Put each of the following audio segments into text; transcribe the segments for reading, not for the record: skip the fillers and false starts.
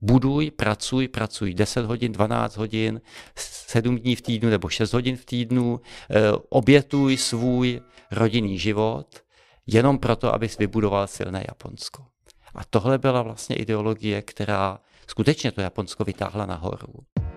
pracuj 10 hodin, 12 hodin, 7 dní v týdnu nebo 6 hodin v týdnu, obětuj svůj rodinný život jenom proto, abys vybudoval silné Japonsko. A tohle byla vlastně ideologie, která skutečně to Japonsko vytáhla nahoru.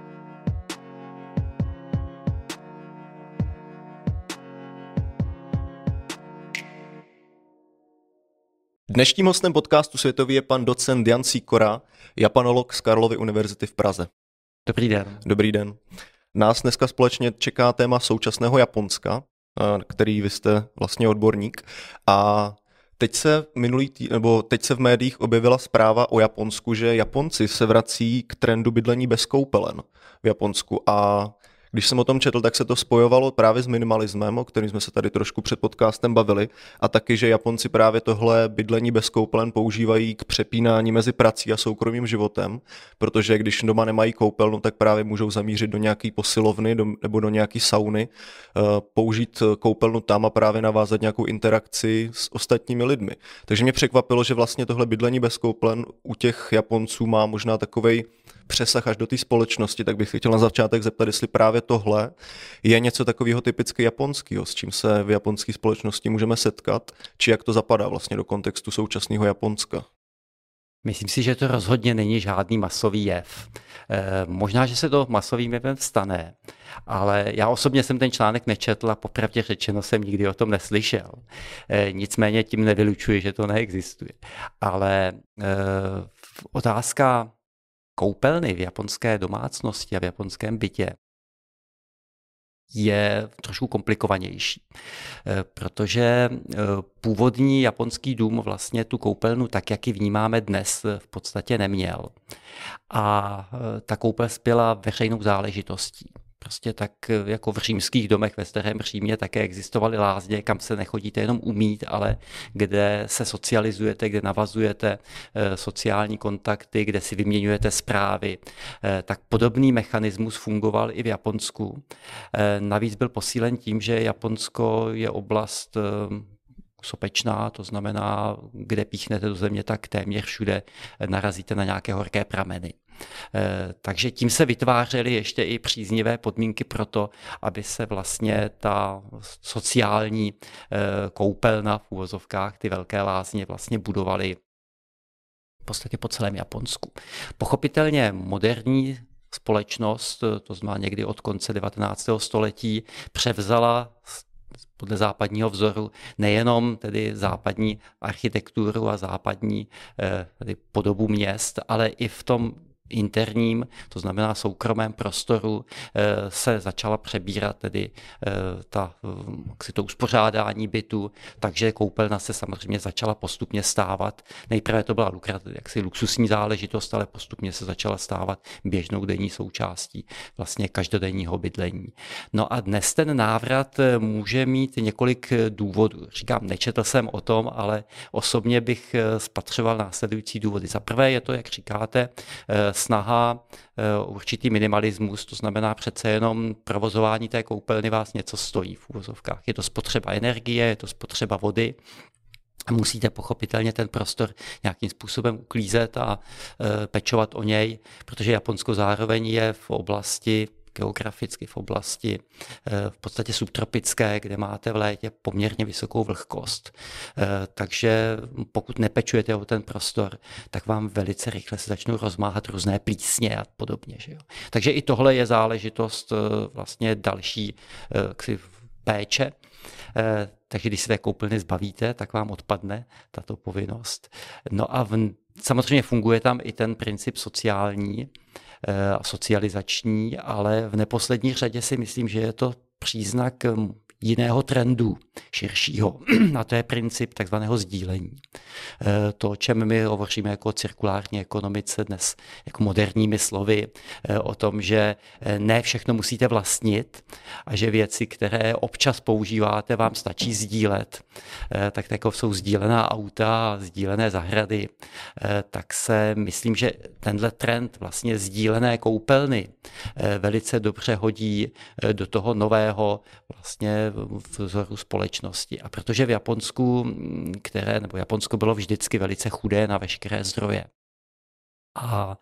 Dnešním hostem podcastu Světový je pan docent Jan Sýkora, japanolog z Karlovy univerzity v Praze. Dobrý den. Dobrý den. Nás dneska společně čeká téma současného Japonska, který vy jste vlastně odborník. A teď se v médiích objevila zpráva o Japonsku, že Japonci se vrací k trendu bydlení bez koupelen v Japonsku. A když jsem o tom četl, tak se to spojovalo právě s minimalismem, o kterém jsme se tady trošku před podcastem bavili, a taky, že Japonci právě tohle bydlení bez koupelen používají k přepínání mezi prací a soukromým životem, protože když doma nemají koupelnu, tak právě můžou zamířit do nějaký posilovny nebo do nějaký sauny, použít koupelnu tam a právě navázat nějakou interakci s ostatními lidmi. Takže mě překvapilo, že vlastně tohle bydlení bez koupelen u těch Japonců má možná takovej přesah až do té společnosti, tak bych se chtěl na začátek zeptat, jestli právě tohle je něco takového typicky japonského, s čím se v japonské společnosti můžeme setkat, či jak to zapadá vlastně do kontextu současného Japonska. Myslím si, že to rozhodně není žádný masový jev. Možná, že se to masovým jevem stane, ale já osobně jsem ten článek nečetl a popravdě řečeno jsem nikdy o tom neslyšel. Nicméně tím nevylučuji, že to neexistuje. Ale otázka koupelny v japonské domácnosti a v japonském bytě je trošku komplikovanější, protože původní japonský dům vlastně tu koupelnu tak, jak ji vnímáme dnes, v podstatě neměl. A ta koupel byla veřejnou záležitostí. Prostě tak jako v římských domech ve starém Římě také existovaly lázně, kam se nechodíte jenom umýt, ale kde se socializujete, kde navazujete sociální kontakty, kde si vyměňujete zprávy. Tak podobný mechanismus fungoval i v Japonsku. Navíc byl posílen tím, že Japonsko je oblast sopečná, to znamená, kde píchnete do země, tak téměř všude narazíte na nějaké horké prameny. Takže tím se vytvářely ještě i příznivé podmínky pro to, aby se vlastně ta sociální koupelna v uvozovkách, ty velké lázně vlastně budovaly v podstatě po celém Japonsku. Pochopitelně moderní společnost, to znamená někdy od konce 19. století, převzala podle západního vzoru nejenom tedy západní architekturu a západní tedy podobu měst, ale i v tom interním, to znamená soukromém prostoru, se začala přebírat tedy to uspořádání bytu, takže koupelna se samozřejmě začala postupně stávat. Nejprve to byla luxusní záležitost, ale postupně se začala stávat běžnou denní součástí vlastně každodenního bydlení. No a dnes ten návrat může mít několik důvodů. Říkám, nečetl jsem o tom, ale osobně bych spatřoval následující důvody. Za prvé je to, jak říkáte, snaha určitý minimalismus, to znamená přece jenom provozování té koupelny vás něco stojí v uvozovkách. Je to spotřeba energie, je to spotřeba vody. Musíte pochopitelně ten prostor nějakým způsobem uklízet a pečovat o něj, protože Japonsko zároveň je v oblasti geograficky v oblasti v podstatě subtropické, kde máte v létě poměrně vysokou vlhkost. Takže pokud nepečujete o ten prostor, tak vám velice rychle se začnou rozmáhat různé plísně a podobně. Že jo? Takže i tohle je záležitost vlastně další péče. Takže když se té koupelny zbavíte, tak vám odpadne tato povinnost. No a samozřejmě funguje tam i ten princip sociální, socializační, ale v neposlední řadě si myslím, že je to příznak jiného trendu, širšího. A to je princip takzvaného sdílení. To, o čem my hovoříme jako o cirkulární ekonomice dnes, jako moderními slovy, o tom, že ne všechno musíte vlastnit a že věci, které občas používáte, vám stačí sdílet. Tak jako jsou sdílená auta a sdílené zahrady, tak se myslím, že tenhle trend vlastně sdílené koupelny velice dobře hodí do toho nového vlastně vzoru společnosti. A protože v Japonsku, Japonsko bylo vždycky velice chudé na veškeré zdroje. A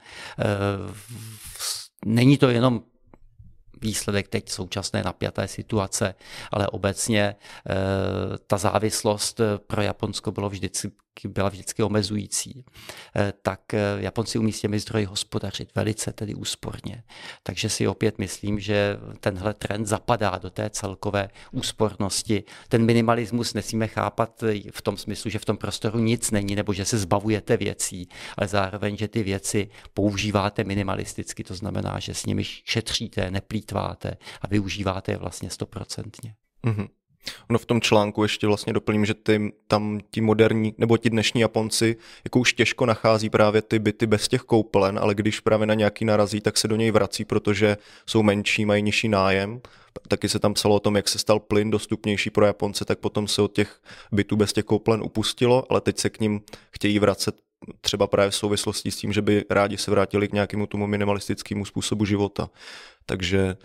není to jenom výsledek teď současné napjaté situace, ale obecně ta závislost pro Japonsko byla vždycky omezující. Tak Japonci umí s těmi zdroji hospodařit velice tedy úsporně. Takže si opět myslím, že tenhle trend zapadá do té celkové úspornosti. Ten minimalismus nesmíme chápat v tom smyslu, že v tom prostoru nic není, nebo že se zbavujete věcí, ale zároveň, že ty věci používáte minimalisticky, to znamená, že s nimi šetříte, neplýtváte a využíváte je vlastně 100%. Mm-hmm. Ono v tom článku ještě vlastně doplním, že tam ti moderní nebo ti dnešní Japonci jako už těžko nachází právě ty byty bez těch koupelen, ale když právě na nějaký narazí, tak se do něj vrací, protože jsou menší, mají nižší nájem. Taky se tam psalo o tom, jak se stal plyn dostupnější pro Japonce, tak potom se od těch bytů bez těch koupelen upustilo, ale teď se k ním chtějí vracet třeba právě v souvislosti s tím, že by rádi se vrátili k nějakému tomu minimalistickému způsobu života. Takže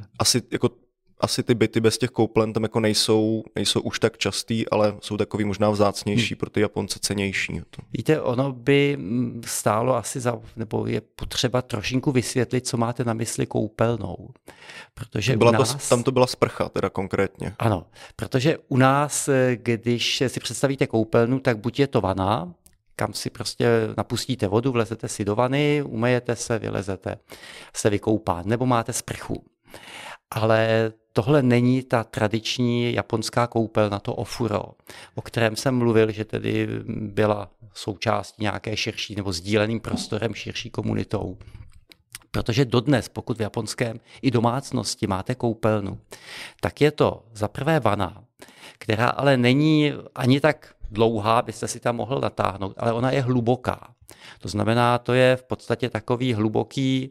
asi ty byty bez těch koupelen tam jako nejsou už tak častý, ale jsou takový možná vzácnější, pro ty Japonce cennější. Víte, ono by stálo asi nebo je potřeba trošinku vysvětlit, co máte na mysli koupelnou. Protože tam to byla sprcha teda konkrétně. Ano, protože u nás, když si představíte koupelnu, tak buď je to vana, kam si prostě napustíte vodu, vlezete si do vany, umyjete se, vylezete se vykoupát, nebo máte sprchu. Ale tohle není ta tradiční japonská koupelna, to ofuro, o kterém jsem mluvil, že tedy byla součástí nějaké širší nebo sdíleným prostorem, širší komunitou. Protože dodnes, pokud v japonském i domácnosti máte koupelnu, tak je to za prvé vana, která ale není ani tak dlouhá, byste si tam mohl natáhnout, ale ona je hluboká. To znamená, to je v podstatě takový hluboký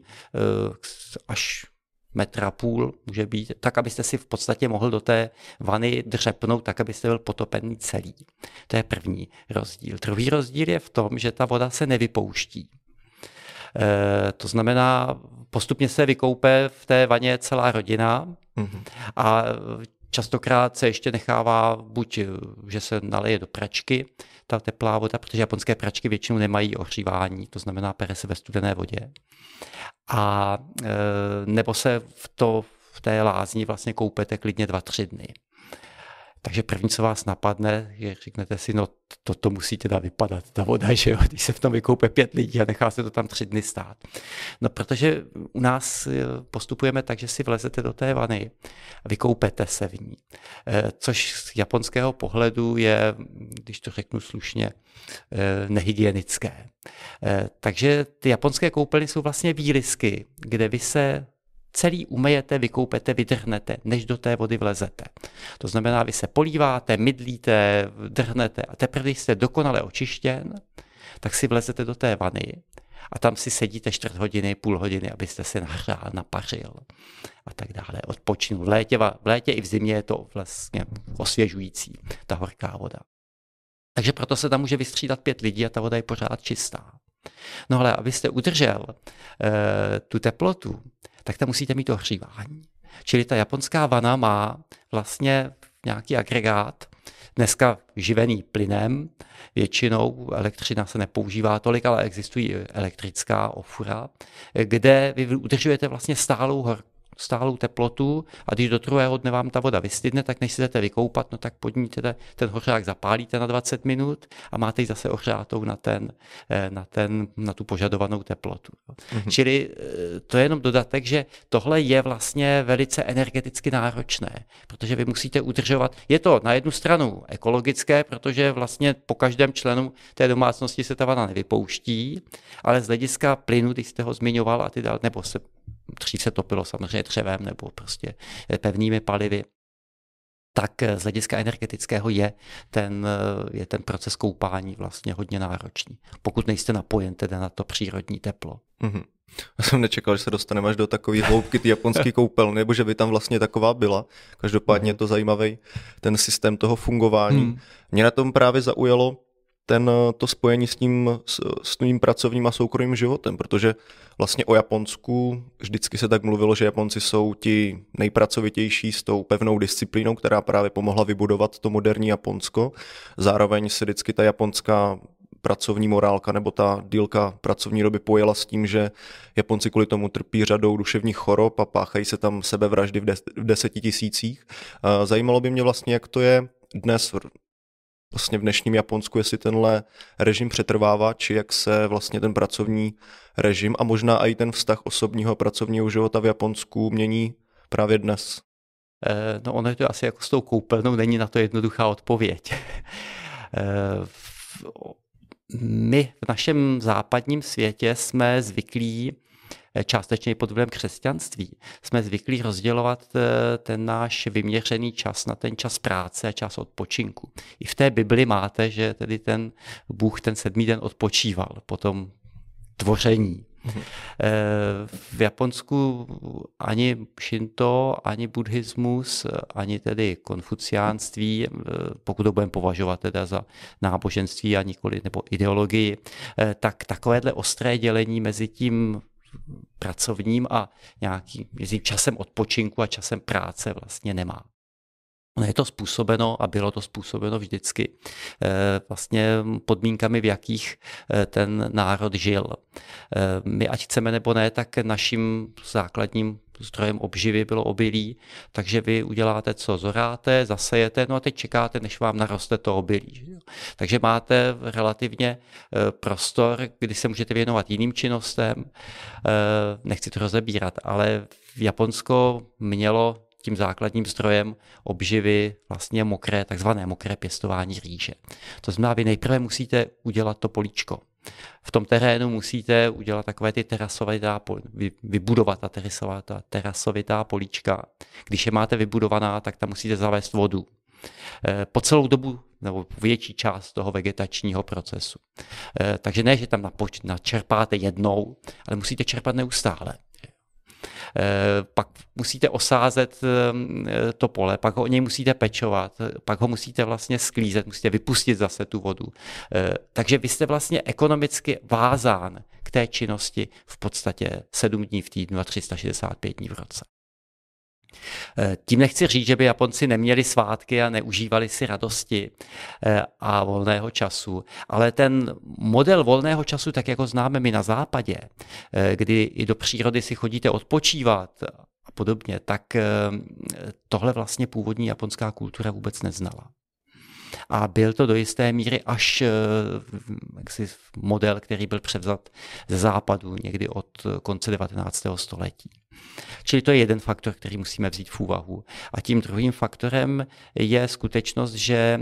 až 1,5 m může být, tak abyste si v podstatě mohl do té vany dřepnout, tak abyste byl potopený celý. To je první rozdíl. Druhý rozdíl je v tom, že ta voda se nevypouští. To znamená, postupně se vykoupe v té vaně celá rodina a častokrát se ještě nechává buď, že se naleje do pračky, ta teplá voda, protože japonské pračky většinou nemají ohřívání, to znamená pere se ve studené vodě. A nebo se v té lázni vlastně koupete klidně 2-3 dny. Takže první, co vás napadne, je, řeknete si, no to musí teda vypadat, ta voda, že jo, když se v tom vykoupe 5 lidí a nechá se to tam 3 dny stát. No protože u nás postupujeme tak, že si vlezete do té vany a vykoupete se v ní. Což z japonského pohledu je, když to řeknu slušně, nehygienické. Takže ty japonské koupelny jsou vlastně výlisky, kde vy se celý umyjete, vykoupete, vydrhnete, než do té vody vlezete. To znamená, vy se políváte, mydlíte, drhnete a teprve, když jste dokonale očištěn, tak si vlezete do té vany a tam si sedíte 4 hodiny, půl hodiny, abyste se nahřál, napařil a tak dále. Odpočinul. V létě i v zimě je to vlastně osvěžující, ta horká voda. Takže proto se tam může vystřídat 5 lidí a ta voda je pořád čistá. No ale abyste udržel tu teplotu, tak tam musíte mít ohřívání. Čili ta japonská vana má vlastně nějaký agregát, dneska živený plynem, většinou elektřina se nepoužívá tolik, ale existují elektrická ofura, kde vy udržujete vlastně stálou teplotu a když do druhého dne vám ta voda vystydne, tak než si jdete vykoupat, no tak pod ní ten hořák zapálíte na 20 minut a máte ji zase ohřátou na tu požadovanou teplotu. Čili to je jenom dodatek, že tohle je vlastně velice energeticky náročné, protože vy musíte udržovat, je to na jednu stranu ekologické, protože vlastně po každém členu té domácnosti se ta vana nevypouští, ale z hlediska plynu, když jste ho zmiňoval a nebo dřív se topilo samozřejmě dřevem nebo prostě pevnými palivy, tak z hlediska energetického je ten proces koupání vlastně hodně náročný, pokud nejste napojen teda na to přírodní teplo. Mm-hmm. Já jsem nečekal, že se dostaneme až do takové hloubky ty japonské koupelny, nebo že by tam vlastně taková byla. Každopádně je to zajímavý ten systém toho fungování. Mě na tom právě zaujalo to spojení s tím pracovním a soukromým životem, protože vlastně o Japonsku vždycky se tak mluvilo, že Japonci jsou ti nejpracovitější s tou pevnou disciplínou, která právě pomohla vybudovat to moderní Japonsko. Zároveň se vždycky ta japonská pracovní morálka nebo ta dílka pracovní doby pojela s tím, že Japonci kvůli tomu trpí řadou duševních chorob a páchají se tam sebevraždy v 10 tisících. Zajímalo by mě vlastně, jak to je dnes vlastně v dnešním Japonsku, jestli tenhle režim přetrvává, či jak se vlastně ten pracovní režim a možná i ten vztah osobního a pracovního života v Japonsku mění právě dnes. No ono je to asi jako s tou koupelnou, není na to jednoduchá odpověď. My v našem západním světě jsme zvyklí, částečně i pod vlivem křesťanství, jsme zvyklí rozdělovat ten náš vyměřený čas na ten čas práce a čas odpočinku. I v té Bibli máte, že tedy ten Bůh ten 7. den odpočíval po tom tvoření. V Japonsku ani šinto, ani buddhismus, ani tedy konfuciánství, pokud to budeme považovat teda za náboženství a nikoli nebo ideologii, tak takovéhle ostré dělení mezi tím pracovním a nějakým mezi časem odpočinku a časem práce vlastně nemá. No je to způsobeno a bylo to způsobeno vždycky vlastně podmínkami, v jakých ten národ žil. My, ať chceme nebo ne, tak naším základním zdrojem obživy bylo obilí, takže vy uděláte, co zoráte, zasejete, no a teď čekáte, než vám naroste to obilí. Takže máte relativně prostor, kdy se můžete věnovat jiným činnostem, nechci to rozebírat, ale v Japonsko mělo tím základním zdrojem obživy vlastně takzvané mokré pěstování rýže. To znamená, vy nejprve musíte udělat to políčko. V tom terénu musíte udělat takové ty vybudovat ta terasovitá políčka. Když je máte vybudovaná, tak tam musíte zavést vodu. Po celou dobu nebo větší část toho vegetačního procesu. Takže ne, že tam načerpáte jednou, ale musíte čerpat neustále. Pak musíte osázet to pole, pak ho o něj musíte pečovat, pak ho musíte vlastně sklízet, musíte vypustit zase tu vodu. Takže vy jste vlastně ekonomicky vázán k té činnosti v podstatě 7 dní v týdnu a 365 dní v roce. Tím nechci říct, že by Japonci neměli svátky a neužívali si radosti a volného času, ale ten model volného času, tak jako známe my na západě, kdy i do přírody si chodíte odpočívat a podobně, tak tohle vlastně původní japonská kultura vůbec neznala. A byl to do jisté míry až model, který byl převzat ze západu někdy od konce 19. století. Čili to je jeden faktor, který musíme vzít v úvahu. A tím druhým faktorem je skutečnost, že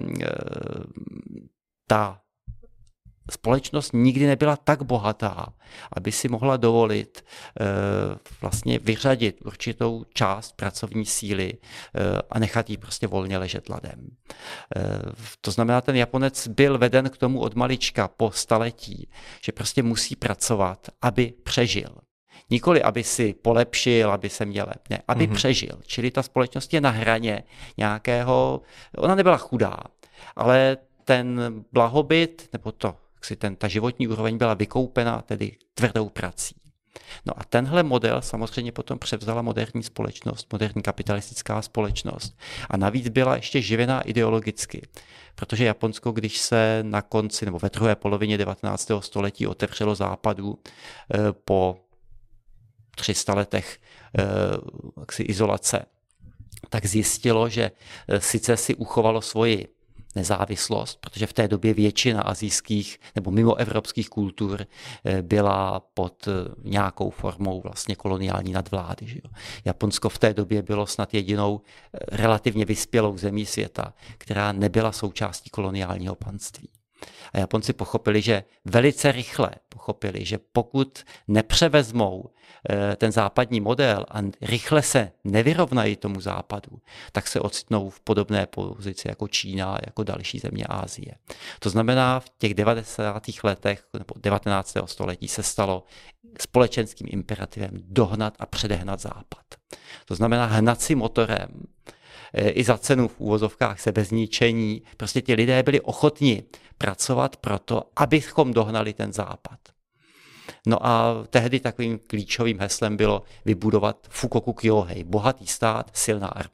ta společnost nikdy nebyla tak bohatá, aby si mohla dovolit vlastně vyřadit určitou část pracovní síly a nechat ji prostě volně ležet ladem. To znamená, ten Japonec byl veden k tomu od malička po staletí, že prostě musí pracovat, aby přežil. Nikoli, aby si polepšil, aby se měl lépe, ne, aby přežil. Čili ta společnost je na hraně nějakého, ona nebyla chudá, ale ten blahobyt, nebo ta životní úroveň byla vykoupena tedy tvrdou prací. No a tenhle model samozřejmě potom převzala moderní společnost, moderní kapitalistická společnost. A navíc byla ještě živená ideologicky, protože Japonsko, když se na konci nebo ve druhé polovině 19. století otevřelo západu po 300 letech izolace, tak zjistilo, že sice si uchovalo svoji nezávislost, protože v té době většina asijských nebo mimoevropských kultur byla pod nějakou formou vlastně koloniální nadvlády. Že jo. Japonsko v té době bylo snad jedinou relativně vyspělou zemí světa, která nebyla součástí koloniálního panství. A Japonci pochopili, že velice rychle pochopili, že pokud nepřevezmou ten západní model a rychle se nevyrovnají tomu západu, tak se ocitnou v podobné pozici jako Čína, jako další země Asie. To znamená, v těch 90. letech nebo 19. století se stalo společenským imperativem dohnat a předehnat západ. To znamená hnacím motorem i za cenu v úvozovkách sebezničení. Prostě ti lidé byli ochotni pracovat proto, abychom dohnali ten západ. No a tehdy takovým klíčovým heslem bylo vybudovat Fukoku Kyohei, bohatý stát, silná armáda.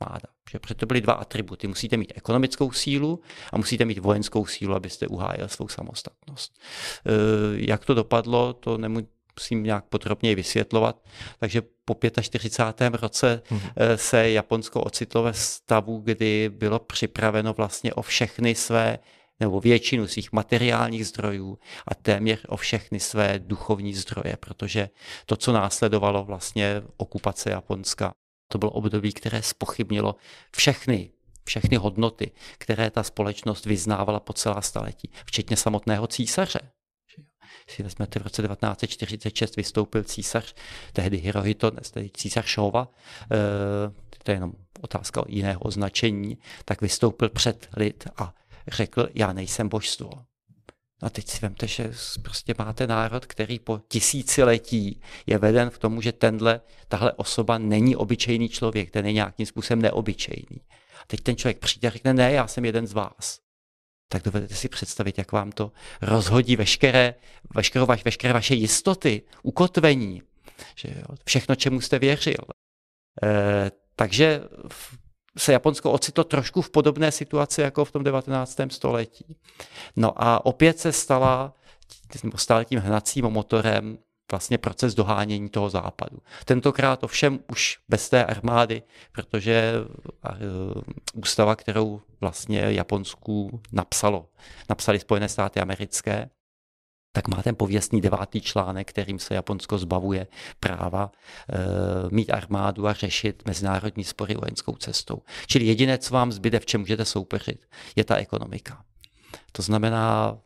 Protože to byly dva atributy. Musíte mít ekonomickou sílu a musíte mít vojenskou sílu, abyste uhájil svou samostatnost. Jak to dopadlo, to nemusím nějak podrobněji vysvětlovat. Takže po 45. roce se Japonsko ocitlo ve stavu, kdy bylo připraveno vlastně o všechny své nebo většinu svých materiálních zdrojů a téměř o všechny své duchovní zdroje, protože to, co následovalo vlastně okupace Japonska, to bylo období, které zpochybnilo všechny hodnoty, které ta společnost vyznávala po celá staletí, včetně samotného císaře. Si vezmete, v roce 1946 vystoupil císař, tehdy Hirohito, dnes tedy císař Showa, to je jenom otázka o jiného označení, tak vystoupil před lid a řekl, já nejsem božstvo. A teď si vemte, že prostě máte národ, který po tisíciletí je veden k tomu, že tahle osoba není obyčejný člověk, ten je nějakým způsobem neobyčejný. A teď ten člověk přijde a řekne, ne, já jsem jeden z vás. Tak dovedete si představit, jak vám to rozhodí veškeré vaše jistoty, ukotvení, že jo, všechno, čemu jste věřil. Takže se Japonsko ocitlo trošku v podobné situaci jako v tom 19. století. No a opět se stal tím hnacím motorem vlastně proces dohánění toho západu. Tentokrát ovšem už bez té armády, protože ústava, kterou vlastně Japonsku napsali Spojené státy americké, tak má ten pověstný 9. článek, kterým se Japonsko zbavuje práva mít armádu a řešit mezinárodní spory vojenskou cestou. Čili jediné, co vám zbyde, v čem můžete soupeřit, je ta ekonomika. To znamená,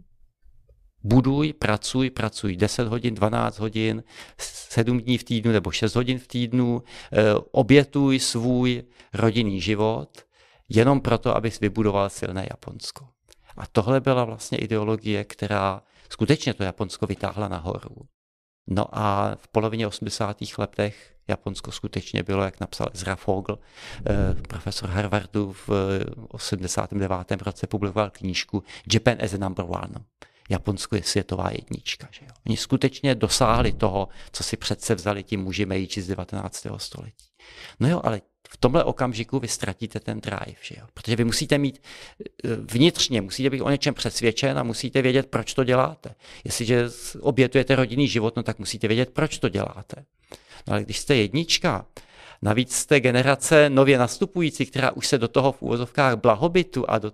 pracuj 10 hodin, 12 hodin, 7 dní v týdnu nebo 6 hodin v týdnu, obětuj svůj rodinný život jenom proto, abys vybudoval silné Japonsko. A tohle byla vlastně ideologie, která skutečně to Japonsko vytáhla nahoru. No a v polovině 80. letech Japonsko skutečně bylo, jak napsal Ezra Fogel, profesor Harvardu v 89. roce publikoval knížku Japan as a number one. Japonsko je světová jednička. Že jo? Oni skutečně dosáhli toho, co si přece vzali ti muži Meiji z 19. století. No jo, ale v tomhle okamžiku vy ztratíte ten drive, že jo? Protože vy musíte mít vnitřně, musíte být o něčem přesvědčen a musíte vědět, proč to děláte. Jestliže obětujete rodinný život, no tak musíte vědět, proč to děláte. No ale když jste jednička, navíc jste generace nově nastupující, která už se do toho v úvozovkách blahobytu a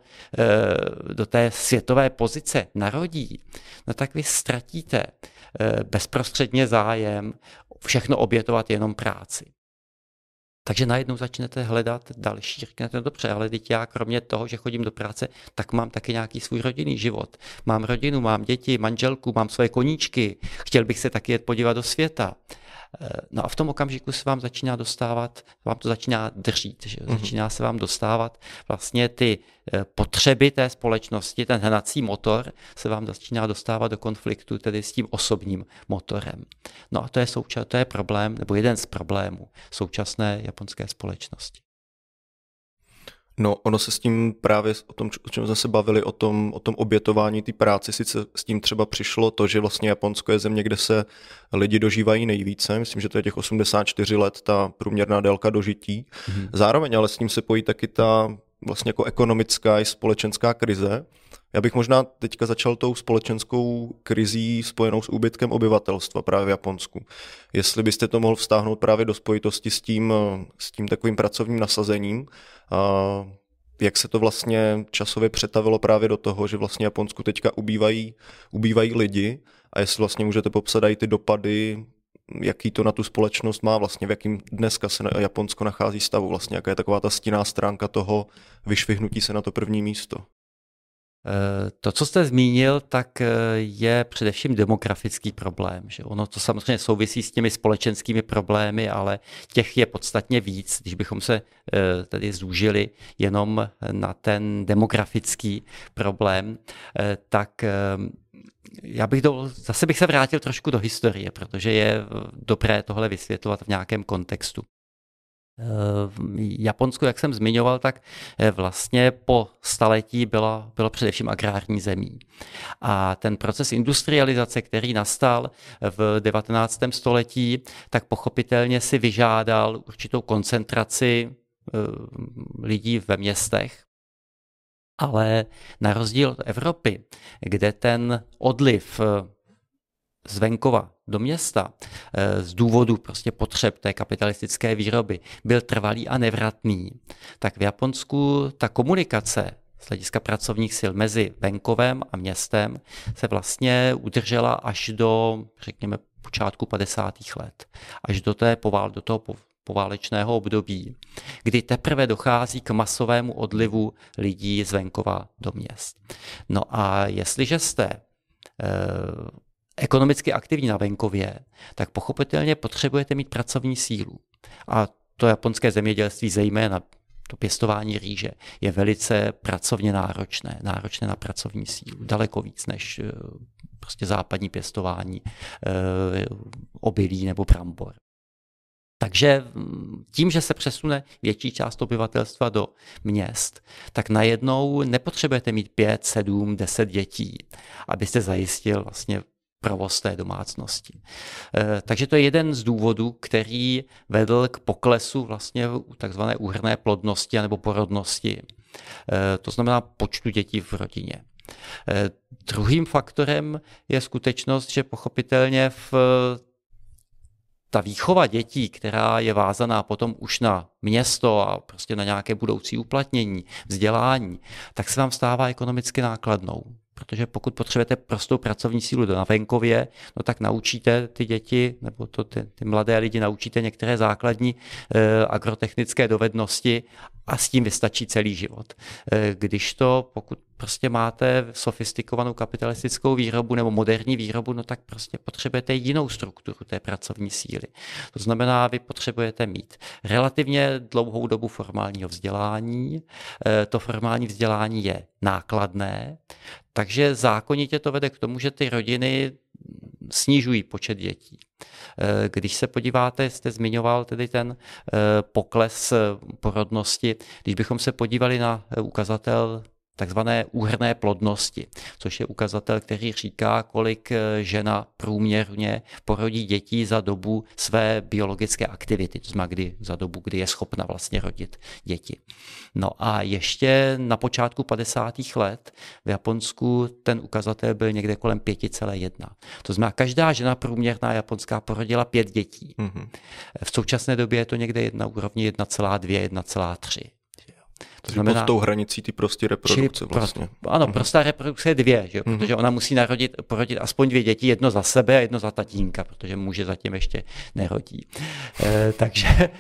do té světové pozice narodí, no tak vy ztratíte bezprostředně zájem všechno obětovat jenom práci. Takže najednou začnete hledat další, řeknete, dobře, ale teď já kromě toho, že chodím do práce, tak mám taky nějaký svůj rodinný život. Mám rodinu, mám děti, manželku, mám svoje koníčky, chtěl bych se taky jet podívat do světa. No a v tom okamžiku se vám začíná držít, že? Začíná se vám dostávat vlastně ty potřeby té společnosti, ten hnací motor se vám začíná dostávat do konfliktu tedy s tím osobním motorem. No a to je problém, nebo jeden z problémů současné japonské společnosti. No, ono se s tím právě, o čem jsme se bavili, o tom obětování té práci, sice s tím třeba přišlo to, že vlastně Japonsko je země, kde se lidi dožívají nejvíce, myslím, že to je těch 84 let, ta průměrná délka dožití. Zároveň ale s tím se pojí taky ta vlastně jako ekonomická i společenská krize. Já bych možná teďka začal tou společenskou krizí spojenou s úbytkem obyvatelstva právě v Japonsku. Jestli byste to mohl vztáhnout právě do spojitosti s tím takovým pracovním nasazením, jak se to vlastně časově přetavilo právě do toho, že vlastně Japonsku teďka ubývají lidi a jestli vlastně můžete popsat i ty dopady, jaký to na tu společnost má vlastně, v jakým dneska se Japonsko nachází stavu vlastně, jaká je taková ta stinná stránka toho vyšvihnutí se na to první místo. To, co jste zmínil, tak je především demografický problém. Že ono to samozřejmě souvisí s těmi společenskými problémy, ale těch je podstatně víc. Když bychom se tedy zúžili jenom na ten demografický problém, tak zase bych se vrátil trošku do historie, protože je dobré tohle vysvětlovat v nějakém kontextu. Japonsko, jak jsem zmiňoval, tak vlastně po staletí bylo především agrární zemí. A ten proces industrializace, který nastal v 19. století, tak pochopitelně si vyžádal určitou koncentraci lidí ve městech, ale na rozdíl od Evropy, kde ten odliv z venkova do města z důvodu prostě potřeb té kapitalistické výroby byl trvalý a nevratný, tak v Japonsku ta komunikace z hlediska pracovních sil mezi venkovem a městem se vlastně udržela až do, řekněme, počátku 50. let. Až do toho poválečného období, kdy teprve dochází k masovému odlivu lidí z venkova do měst. No a jestliže jste ekonomicky aktivní na venkově, tak pochopitelně potřebujete mít pracovní sílu. A to japonské zemědělství, zejména to pěstování rýže, je velice pracovně náročné na pracovní sílu, daleko víc než prostě západní pěstování obilí nebo brambor. Takže tím, že se přesune větší část obyvatelstva do měst, tak najednou nepotřebujete mít 5, 7, 10 dětí, abyste zajistil vlastně provoz té domácnosti. Takže to je jeden z důvodů, který vedl k poklesu vlastně takzvané úhrnné plodnosti nebo porodnosti. To znamená počtu dětí v rodině. Druhým faktorem je skutečnost, že pochopitelně ta výchova dětí, která je vázaná potom už na město a prostě na nějaké budoucí uplatnění, vzdělání, tak se vám stává ekonomicky nákladnou. Protože pokud potřebujete prostou pracovní sílu na venkově, no tak naučíte ty děti, nebo ty mladé lidi naučíte některé základní agrotechnické dovednosti a s tím vystačí celý život. Když to, pokud prostě máte sofistikovanou kapitalistickou výrobu nebo moderní výrobu, no tak prostě potřebujete jinou strukturu té pracovní síly. To znamená, vy potřebujete mít relativně dlouhou dobu formálního vzdělání. To formální vzdělání je nákladné, takže zákonitě to vede k tomu, že ty rodiny snižují počet dětí. Když se podíváte, jste zmiňoval tedy ten pokles porodnosti, když bychom se podívali na ukazatel takzvané úhrnné plodnosti, což je ukazatel, který říká, kolik žena průměrně porodí dětí za dobu své biologické aktivity, to znamená za dobu, kdy je schopna vlastně rodit děti. No a ještě na počátku 50. let v Japonsku ten ukazatel byl někde kolem 5,1. To znamená, každá žena průměrná japonská porodila 5 dětí. V současné době je to někde na úrovni 1,2, 1,3. To znamená, pod tou hranicí ty prostý reprodukce vlastně. Ano, prostá reprodukce je 2, že? Protože ona musí porodit aspoň 2 děti, jedno za sebe a jedno za tatínka, protože muže zatím ještě nerodí. Takže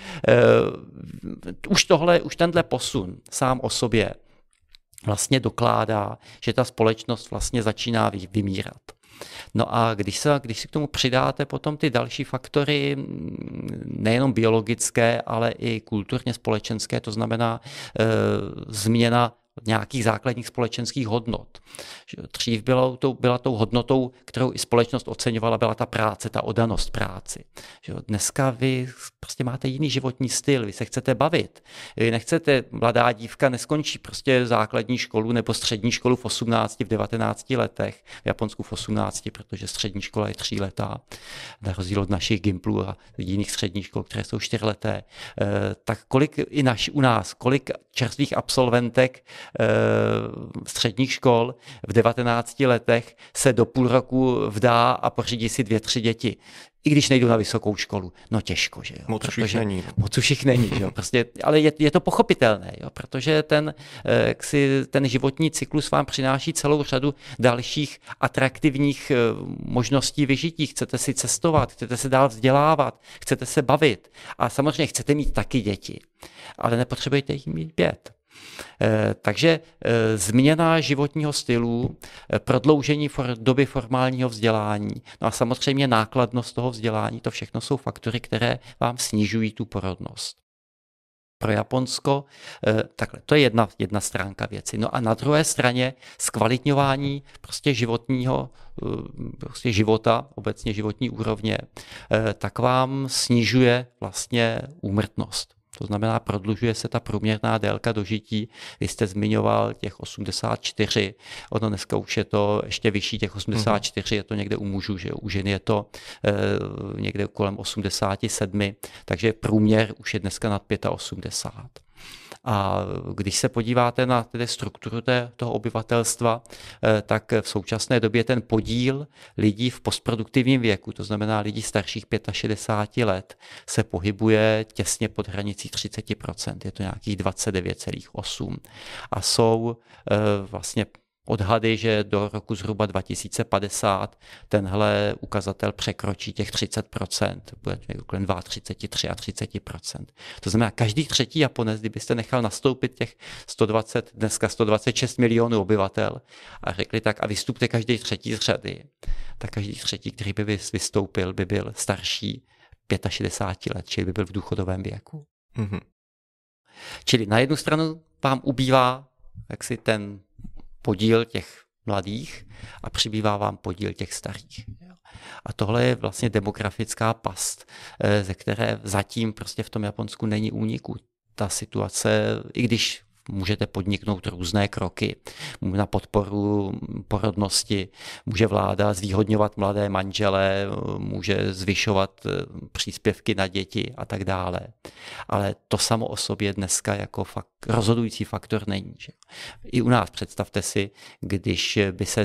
už tenhle posun sám o sobě vlastně dokládá, že ta společnost vlastně začíná vymírat. No a když si k tomu přidáte potom ty další faktory, nejenom biologické, ale i kulturně společenské, to znamená změna nějakých základních společenských hodnot. Dřív byla tou hodnotou, kterou i společnost oceňovala, byla ta práce, ta oddanost práci. Dneska vy prostě máte jiný životní styl, vy se chcete bavit. Vy nechcete, mladá dívka neskončí prostě základní školu nebo střední školu v 18, v 19 letech, v Japonsku v 18, protože střední škola je 3letá, na rozdíl od našich gimplů a jiných středních škol, které jsou 4leté. Tak kolik u nás, kolik čerstvých absolventek středních škol v 19 letech se do půl roku vdá a pořídí si 2-3 děti. I když nejdu na vysokou školu. No těžko, že jo. Moc už jich není, že jo. Prostě, ale je to pochopitelné, jo, protože ten životní cyklus vám přináší celou řadu dalších atraktivních možností vyžití. Chcete si cestovat, chcete se dál vzdělávat, chcete se bavit a samozřejmě chcete mít taky děti, ale nepotřebujete jich mít 5. Takže změna životního stylu, prodloužení doby formálního vzdělání, no a samozřejmě nákladnost toho vzdělání, to všechno jsou faktory, které vám snižují tu porodnost. Pro Japonsko, takhle, to je jedna stránka věci. No a na druhé straně zkvalitňování prostě života, obecně životní úrovně, tak vám snižuje vlastně úmrtnost. To znamená, prodlužuje se ta průměrná délka dožití. Vy jste zmiňoval těch 84, ono dneska už je to ještě vyšší, těch 84 je to někde u mužů, že u žen je to někde kolem 87, takže průměr už je dneska nad 85. A když se podíváte na tedy strukturu toho obyvatelstva, tak v současné době ten podíl lidí v postproduktivním věku, to znamená lidí starších 65 let, se pohybuje těsně pod hranicí 30%, je to nějakých 29,8%. A jsou vlastně odhady, že do roku zhruba 2050 tenhle ukazatel překročí těch 30%, bude kolem 32, 33%. To znamená, každý třetí Japonec, kdybyste nechal nastoupit těch 126 milionů obyvatel a řekli tak a vystupte každý třetí z řady, tak každý třetí, který by vystoupil, by byl starší 65 let, čili by byl v důchodovém věku. Mm-hmm. Čili na jednu stranu vám ubývá jaksi ten podíl těch mladých a přibývá vám podíl těch starých. A tohle je vlastně demografická past, ze které zatím prostě v tom Japonsku není úniku. Ta situace, i když můžete podniknout různé kroky na podporu porodnosti, může vláda zvýhodňovat mladé manžele, může zvyšovat příspěvky na děti a tak dále. Ale to samo o sobě dneska jako rozhodující faktor není. Že? I u nás představte si, když by se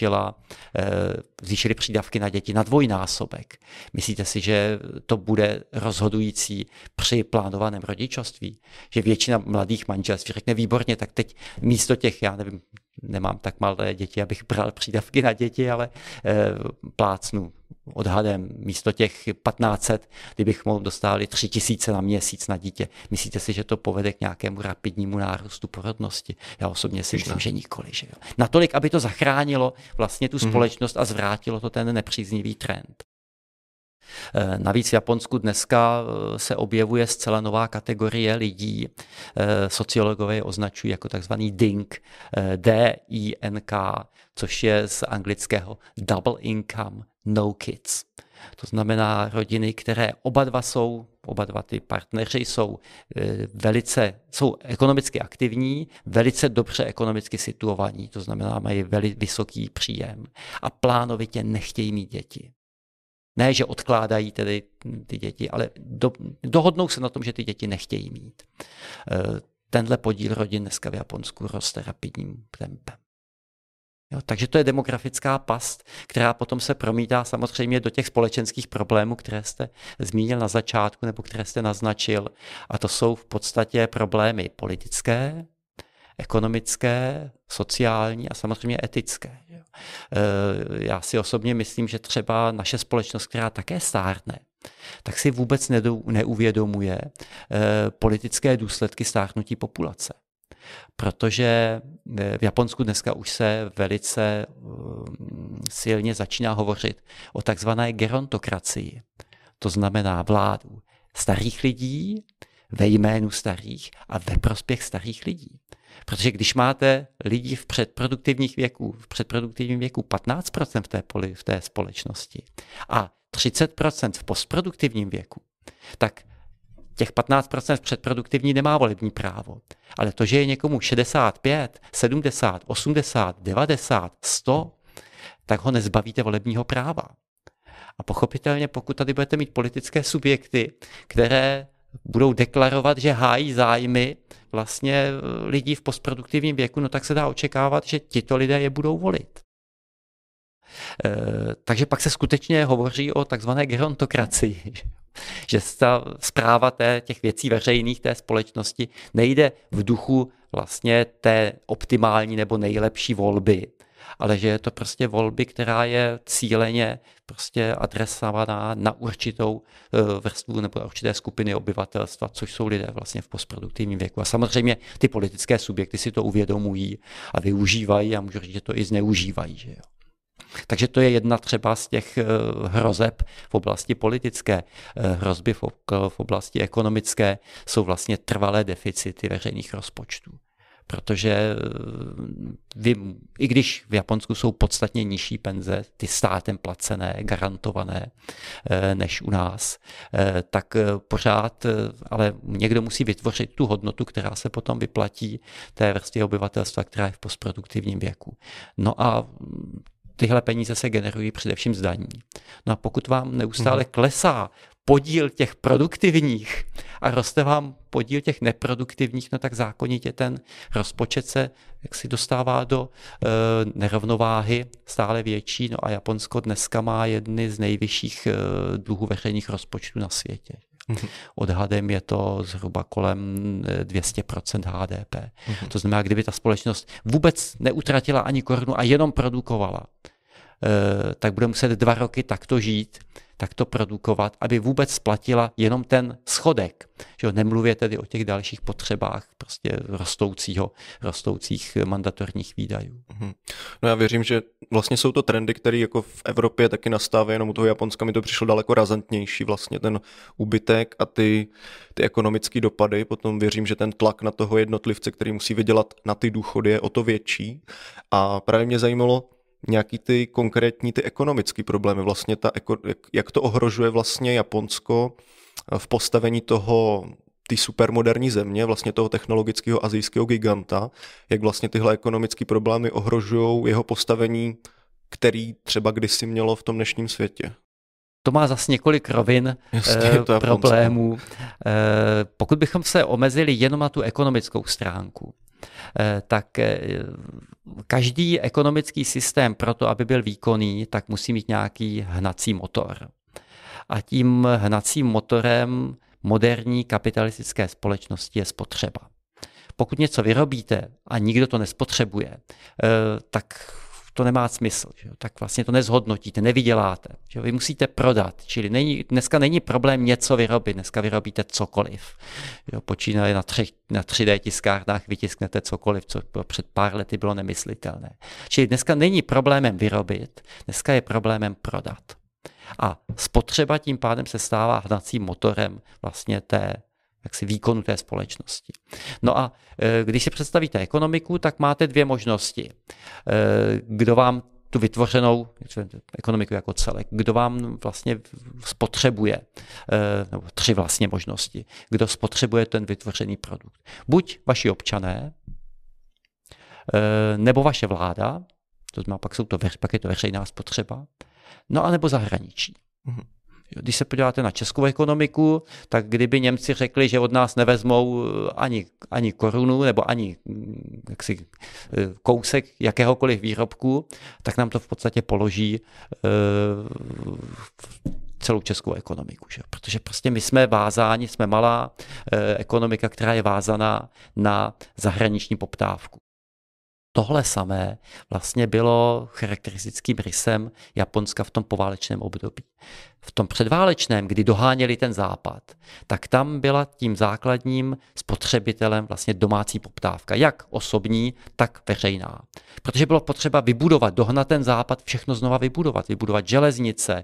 zvýšily přídavky na děti na dvojnásobek. Myslíte si, že to bude rozhodující při plánovaném rodičovství? Že většina mladých manželství řekne výborně, tak teď místo těch, já nevím, nemám tak malé děti, abych bral přídavky na děti, ale plácnu odhadem místo těch 1500, kdybych mohl dostávat 3000 na měsíc na dítě. Myslíte si, že to povede k nějakému rapidnímu nárůstu porodnosti? Já osobně si myslím, že nikoli. Že jo? Natolik, aby to zachránilo vlastně tu společnost a zvrátilo to ten nepříznivý trend. Navíc v Japonsku dneska se objevuje zcela nová kategorie lidí. Sociologové je označují jako takzvaný DINK, D-I-N-K, což je z anglického double income, no kids. To znamená rodiny, které oba dva ty partneři jsou ekonomicky aktivní, velice dobře ekonomicky situovaní, to znamená mají vysoký příjem a plánovitě nechtějí mít děti. Ne, že odkládají tedy ty děti, ale dohodnou se na tom, že ty děti nechtějí mít. Tenhle podíl rodin dneska v Japonsku roste rapidním tempem. Jo, takže to je demografická past, která potom se promítá samozřejmě do těch společenských problémů, které jste zmínil na začátku nebo které jste naznačil. A to jsou v podstatě problémy politické, ekonomické, sociální a samozřejmě etické. Já si osobně myslím, že třeba naše společnost, která také stárne, tak si vůbec neuvědomuje politické důsledky stárnutí populace. Protože v Japonsku dneska už se velice silně začíná hovořit o takzvané gerontokracii. To znamená vládu starých lidí ve jménu starých a ve prospěch starých lidí. Protože když máte lidi v předproduktivním věku 15% v té společnosti a 30% v postproduktivním věku, tak těch 15% v předproduktivní nemá volební právo. Ale to, že je někomu 65, 70, 80, 90, 100, tak ho nezbavíte volebního práva. A pochopitelně, pokud tady budete mít politické subjekty, které budou deklarovat, že hájí zájmy vlastně lidí v postproduktivním věku, no tak se dá očekávat, že tito lidé je budou volit. Takže pak se skutečně hovoří o takzvané gerontokracii, že ta správa těch věcí veřejných té společnosti nejde v duchu vlastně té optimální nebo nejlepší volby, ale že je to prostě volby, která je cíleně prostě adresovaná na určitou vrstvu nebo určité skupiny obyvatelstva, což jsou lidé vlastně v postproduktivním věku. A samozřejmě ty politické subjekty si to uvědomují a využívají a můžu říct, že to i zneužívají. Že jo. Takže to je jedna třeba z těch hrozeb v oblasti politické. Hrozby v oblasti ekonomické jsou vlastně trvalé deficity veřejných rozpočtů. Protože i když v Japonsku jsou podstatně nižší penze, ty státem placené, garantované, než u nás, tak pořád, ale někdo musí vytvořit tu hodnotu, která se potom vyplatí té vrstvě obyvatelstva, která je v postproduktivním věku. No a tyhle peníze se generují především z daní. No a pokud vám neustále klesá podíl těch produktivních a roste vám podíl těch neproduktivních, no tak zákonitě ten rozpočet se jaksi dostává do nerovnováhy stále větší. No a Japonsko dneska má jedny z nejvyšších dluhů veřejných rozpočtů na světě. Odhadem je to zhruba kolem 200% HDP. To znamená, kdyby ta společnost vůbec neutratila ani korunu a jenom produkovala, tak bude muset 2 roky takto žít, takto produkovat, aby vůbec splatila jenom ten schodek. Že nemluvě tedy o těch dalších potřebách prostě rostoucích mandatorních výdajů. No já věřím, že vlastně jsou to trendy, které jako v Evropě taky nastávají, jenom u toho Japonska mi to přišlo daleko razantnější, vlastně ten úbytek a ty ekonomické dopady. Potom věřím, že ten tlak na toho jednotlivce, který musí vydělat na ty důchody, je o to větší. A právě mě zajímalo, nějaký ty konkrétní ty ekonomické problémy, vlastně jak to ohrožuje vlastně Japonsko v postavení ty supermoderní země, vlastně toho technologického asijského giganta, jak vlastně tyhle ekonomické problémy ohrožují jeho postavení, který třeba kdysi mělo v tom dnešním světě. To má zase několik rovin problémů. Pokud bychom se omezili jenom na tu ekonomickou stránku, tak každý ekonomický systém pro to, aby byl výkonný, tak musí mít nějaký hnací motor. A tím hnacím motorem moderní kapitalistické společnosti je spotřeba. Pokud něco vyrobíte a nikdo to nespotřebuje, tak to nemá smysl. Že? Tak vlastně to nezhodnotíte, nevyděláte. Že? Vy musíte prodat. Čili dneska není problém něco vyrobit, dneska vyrobíte cokoliv. Že? Počínaje na 3D tiskárnách vytisknete cokoliv, co před pár lety bylo nemyslitelné. Čili dneska není problémem vyrobit, dneska je problémem prodat. A spotřeba tím pádem se stává hnacím motorem vlastně výkonu té společnosti. No a když si představíte ekonomiku, tak máte 2 možnosti. Kdo vám tu vytvořenou ekonomiku jako celek, kdo vám vlastně spotřebuje, nebo 3 vlastně možnosti, kdo spotřebuje ten vytvořený produkt. Buď vaši občané, nebo vaše vláda, to znamená, pak je to veřejná spotřeba, no a nebo zahraničí. Když se podíváte na českou ekonomiku, tak kdyby Němci řekli, že od nás nevezmou ani korunu nebo ani kousek jakéhokoliv výrobku, tak nám to v podstatě položí celou českou ekonomiku. Že? Protože prostě my jsme vázáni, jsme malá ekonomika, která je vázaná na zahraniční poptávku. Tohle samé vlastně bylo charakteristickým rysem Japonska v tom poválečném období. V tom předválečném, kdy doháněli ten západ, tak tam byla tím základním spotřebitelem vlastně domácí poptávka, jak osobní, tak veřejná. Protože bylo potřeba dohnat ten západ, všechno znova vybudovat železnice,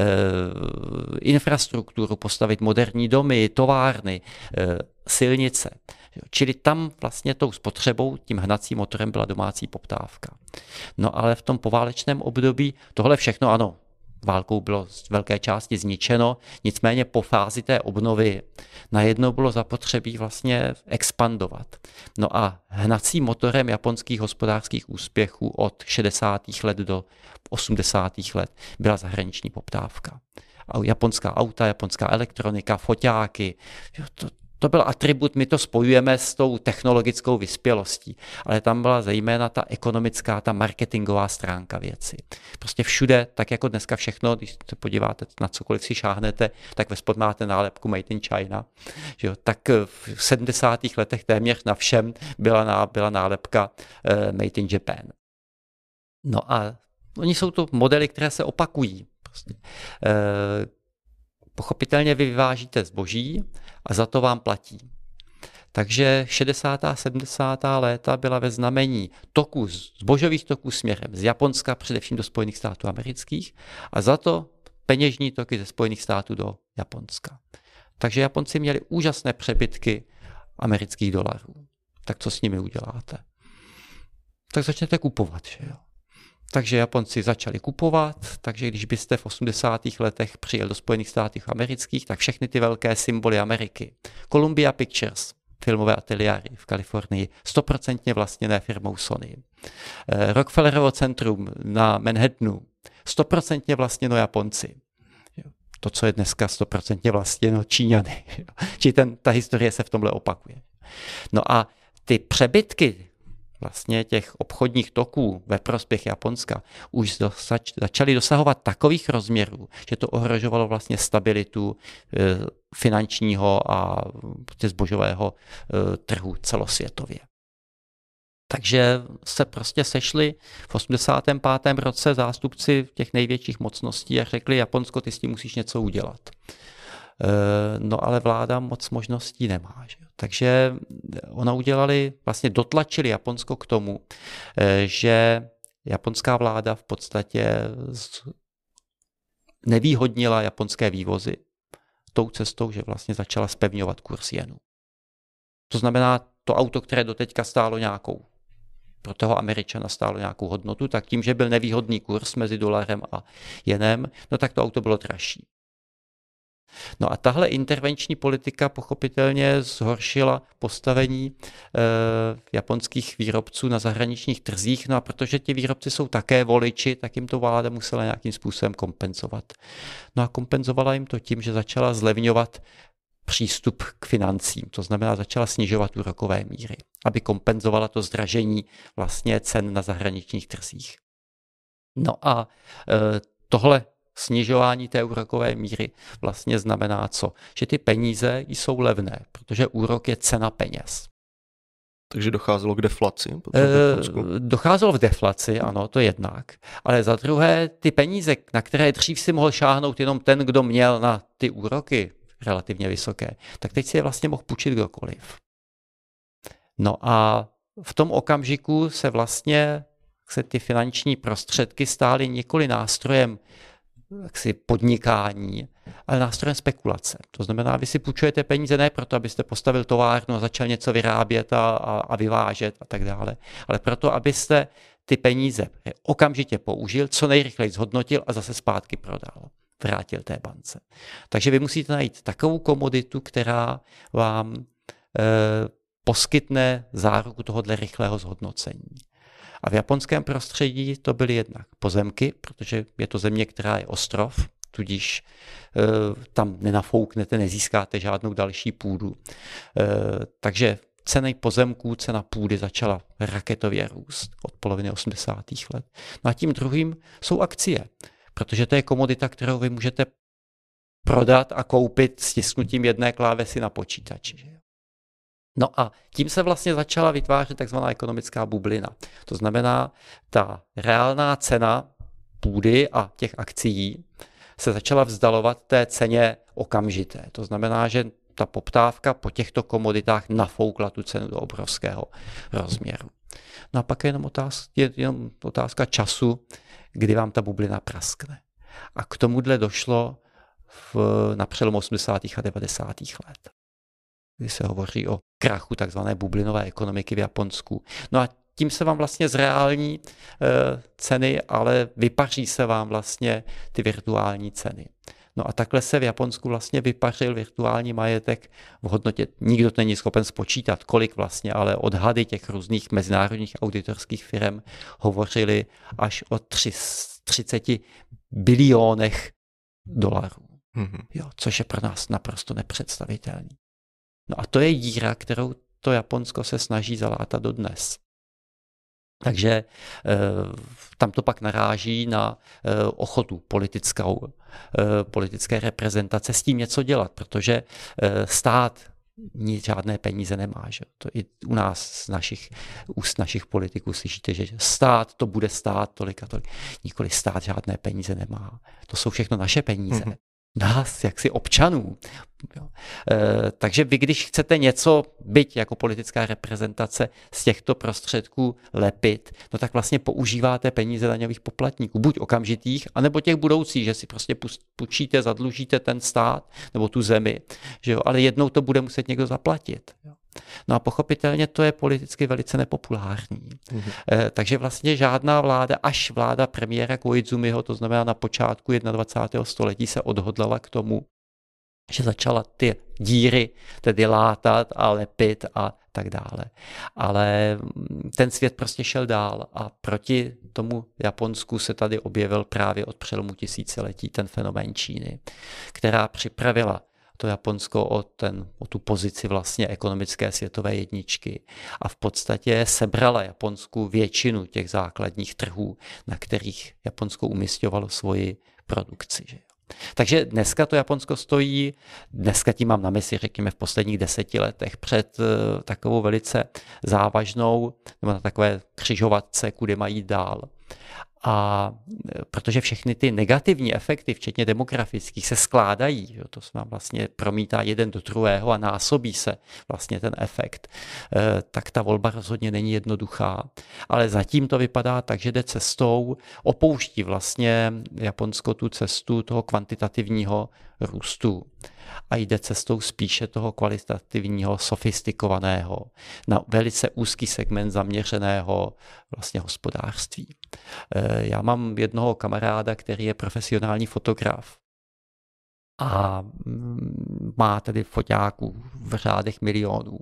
infrastrukturu, postavit moderní domy, továrny, silnice. Čili tam vlastně tou spotřebou, tím hnacím motorem byla domácí poptávka. No ale v tom poválečném období tohle všechno, ano, válkou bylo z velké části zničeno, nicméně po fázi té obnovy najednou bylo zapotřebí vlastně expandovat. No a hnacím motorem japonských hospodářských úspěchů od 60. let do 80. let byla zahraniční poptávka. Japonská auta, japonská elektronika, foťáky, to byl atribut, my to spojujeme s tou technologickou vyspělostí, ale tam byla zejména ta ekonomická, ta marketingová stránka věci. Prostě všude, tak jako dneska všechno, když se podíváte na cokoliv si šáhnete, tak ve spod máte nálepku Made in China. Že jo? Tak v 70. letech téměř na všem byla nálepka Made in Japan. No a oni jsou to modely, které se opakují. Prostě. Pochopitelně vy vyvážíte zboží a za to vám platí. Takže 60. a 70. léta byla ve znamení zbožových toků směrem z Japonska, především do Spojených států amerických, a za to peněžní toky ze Spojených států do Japonska. Takže Japonci měli úžasné přebytky amerických dolarů. Tak co s nimi uděláte? Tak začnete kupovat, že jo? Takže Japonci začali kupovat, takže když byste v 80. letech přijel do Spojených států amerických, tak všechny ty velké symboly Ameriky, Columbia Pictures, filmové ateliéry v Kalifornii, 100% vlastněné firmou Sony. Rockefellerovo centrum na Manhattanu, 100% vlastněno Japonci. To, co je dneska 100% vlastněno Číňany. Či ta historie se v tomhle opakuje. No a ty přebytky vlastně těch obchodních toků ve prospěch Japonska už začaly dosahovat takových rozměrů, že to ohrožovalo vlastně stabilitu finančního a zbožového trhu celosvětově. Takže se prostě sešli v 85. roce zástupci těch největších mocností a řekli, Japonsko, ty s tím musíš něco udělat. No ale vláda moc možností nemá. Že? Takže ona vlastně dotlačili Japonsko k tomu, že japonská vláda v podstatě nevýhodnila japonské vývozy tou cestou, že vlastně začala zpevňovat kurz jenu. To znamená, to auto, které doteďka stálo nějakou, pro toho Američana stálo nějakou hodnotu, tak tím, že byl nevýhodný kurz mezi dolarem a jenem, no tak to auto bylo dražší. No a tahle intervenční politika pochopitelně zhoršila postavení japonských výrobců na zahraničních trzích, no a protože ti výrobci jsou také voliči, tak jim to vláda musela nějakým způsobem kompenzovat. No a kompenzovala jim to tím, že začala zlevňovat přístup k financím, to znamená začala snižovat úrokové míry, aby kompenzovala to zdražení vlastně cen na zahraničních trzích. No a tohle snižování té úrokové míry vlastně znamená co? Že ty peníze jsou levné, protože úrok je cena peněz. Takže docházelo k deflaci? Docházelo k deflaci, ano, to jednak. Ale za druhé, ty peníze, na které dřív si mohl šáhnout jenom ten, kdo měl na ty úroky relativně vysoké, tak teď si je vlastně mohl půjčit kdokoliv. No a v tom okamžiku se ty finanční prostředky stály nikoli nástrojem podnikání, ale nástrojem spekulace. To znamená, vy si půjčujete peníze ne proto, abyste postavil továrnu a začal něco vyrábět a vyvážet a tak dále, ale proto, abyste ty peníze okamžitě použil, co nejrychleji zhodnotil a zase zpátky prodal. Vrátil té bance. Takže vy musíte najít takovou komoditu, která vám poskytne záruku tohohle rychlého zhodnocení. A v japonském prostředí to byly jednak pozemky, protože je to země, která je ostrov, tudíž tam nenafouknete, nezískáte žádnou další půdu. Takže ceny pozemků, cena půdy začala raketově růst od poloviny 80. let. No a tím druhým jsou akcie, protože to je komodita, kterou vy můžete prodat a koupit stisknutím jedné klávesy na počítači. No a tím se vlastně začala vytvářet takzvaná ekonomická bublina. To znamená, ta reálná cena půdy a těch akcií se začala vzdalovat té ceně okamžité. To znamená, že ta poptávka po těchto komoditách nafoukla tu cenu do obrovského rozměru. No a pak je jenom otázka času, kdy vám ta bublina praskne. A k tomuhle došlo na přelomu 80. a 90. let. Kdy se hovoří o krachu takzvané bublinové ekonomiky v Japonsku. No a tím se vám vlastně zreální ceny, ale vypaří se vám vlastně ty virtuální ceny. No a takhle se v Japonsku vlastně vypařil virtuální majetek v hodnotě. Nikdo to není schopen spočítat, kolik vlastně, ale odhady těch různých mezinárodních auditorských firm hovořily až o 30 bilionech dolarů. Jo, což je pro nás naprosto nepředstavitelný. No a to je díra, kterou to Japonsko se snaží zalátat dodnes. Takže tam to pak naráží na ochotu politické reprezentace s tím něco dělat, protože stát žádné peníze nemá. Že? To i u nás z našich politiků slyšíte, že stát to bude stát tolik a tolik. Nikoli stát žádné peníze nemá. To jsou všechno naše peníze. Nás, jaksi občanů. Takže vy, když chcete něco, byť jako politická reprezentace, z těchto prostředků lepit, no tak vlastně používáte peníze daňových poplatníků, buď okamžitých, anebo těch budoucích, že si prostě půjčíte, zadlužíte ten stát nebo tu zemi, že jo? Ale jednou to bude muset někdo zaplatit. Jo? No a pochopitelně to je politicky velice nepopulární. Takže vlastně žádná vláda, až vláda premiéra Koizumiho, to znamená na počátku 21. století, se odhodlala k tomu, že začala ty díry tedy látat a lepit a tak dále. Ale ten svět prostě šel dál a proti tomu Japonsku se tady objevil právě od přelomu tisíciletí ten fenomén Číny, která připravila to Japonsko o tu pozici vlastně ekonomické světové jedničky a v podstatě sebrala Japonsku většinu těch základních trhů, na kterých Japonsko umisťovalo svoji produkci. Že? Takže dneska to Japonsko stojí, dneska tím mám na mysli, řekněme v posledních 10 letech, před takovou velice závažnou, nebo na takové křižovatce, kudy mají jít dál. A protože všechny ty negativní efekty, včetně demografických, se skládají, to se nám vlastně promítá jeden do druhého a násobí se vlastně ten efekt, tak ta volba rozhodně není jednoduchá. Ale zatím to vypadá tak, že jde cestou, opouští vlastně Japonsko tu cestu toho kvantitativního růstu a jde cestou spíše toho kvalitativního, sofistikovaného, na velice úzký segment zaměřeného vlastně hospodářství. Já mám jednoho kamaráda, který je profesionální fotograf a má tedy foťáků v řádech milionů.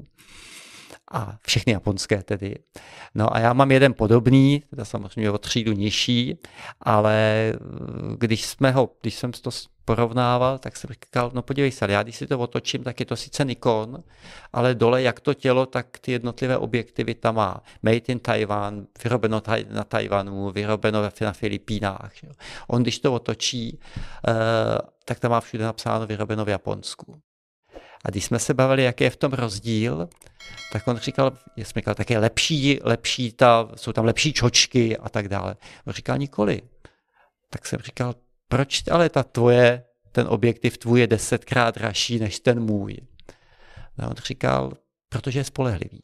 A všechny japonské tedy. No a já mám jeden podobný, teda samozřejmě o třídu nižší, ale když jsem to porovnával, tak jsem říkal, no podívej se, já když si to otočím, tak je to sice Nikon, ale dole jak to tělo, tak ty jednotlivé objektivy tam má. Made in Taiwan, vyrobeno na Tajvanu, vyrobeno na Filipínách. On když to otočí, tak tam má všude napsáno vyrobeno v Japonsku. A když jsme se bavili, jaký je v tom rozdíl, tak on říkal, tak je lepší jsou tam lepší čočky a tak dále. On říkal nikoli. Tak jsem říkal, proč ale ten objektiv tvůj je 10krát dražší než ten můj? A on říkal, protože je spolehlivý.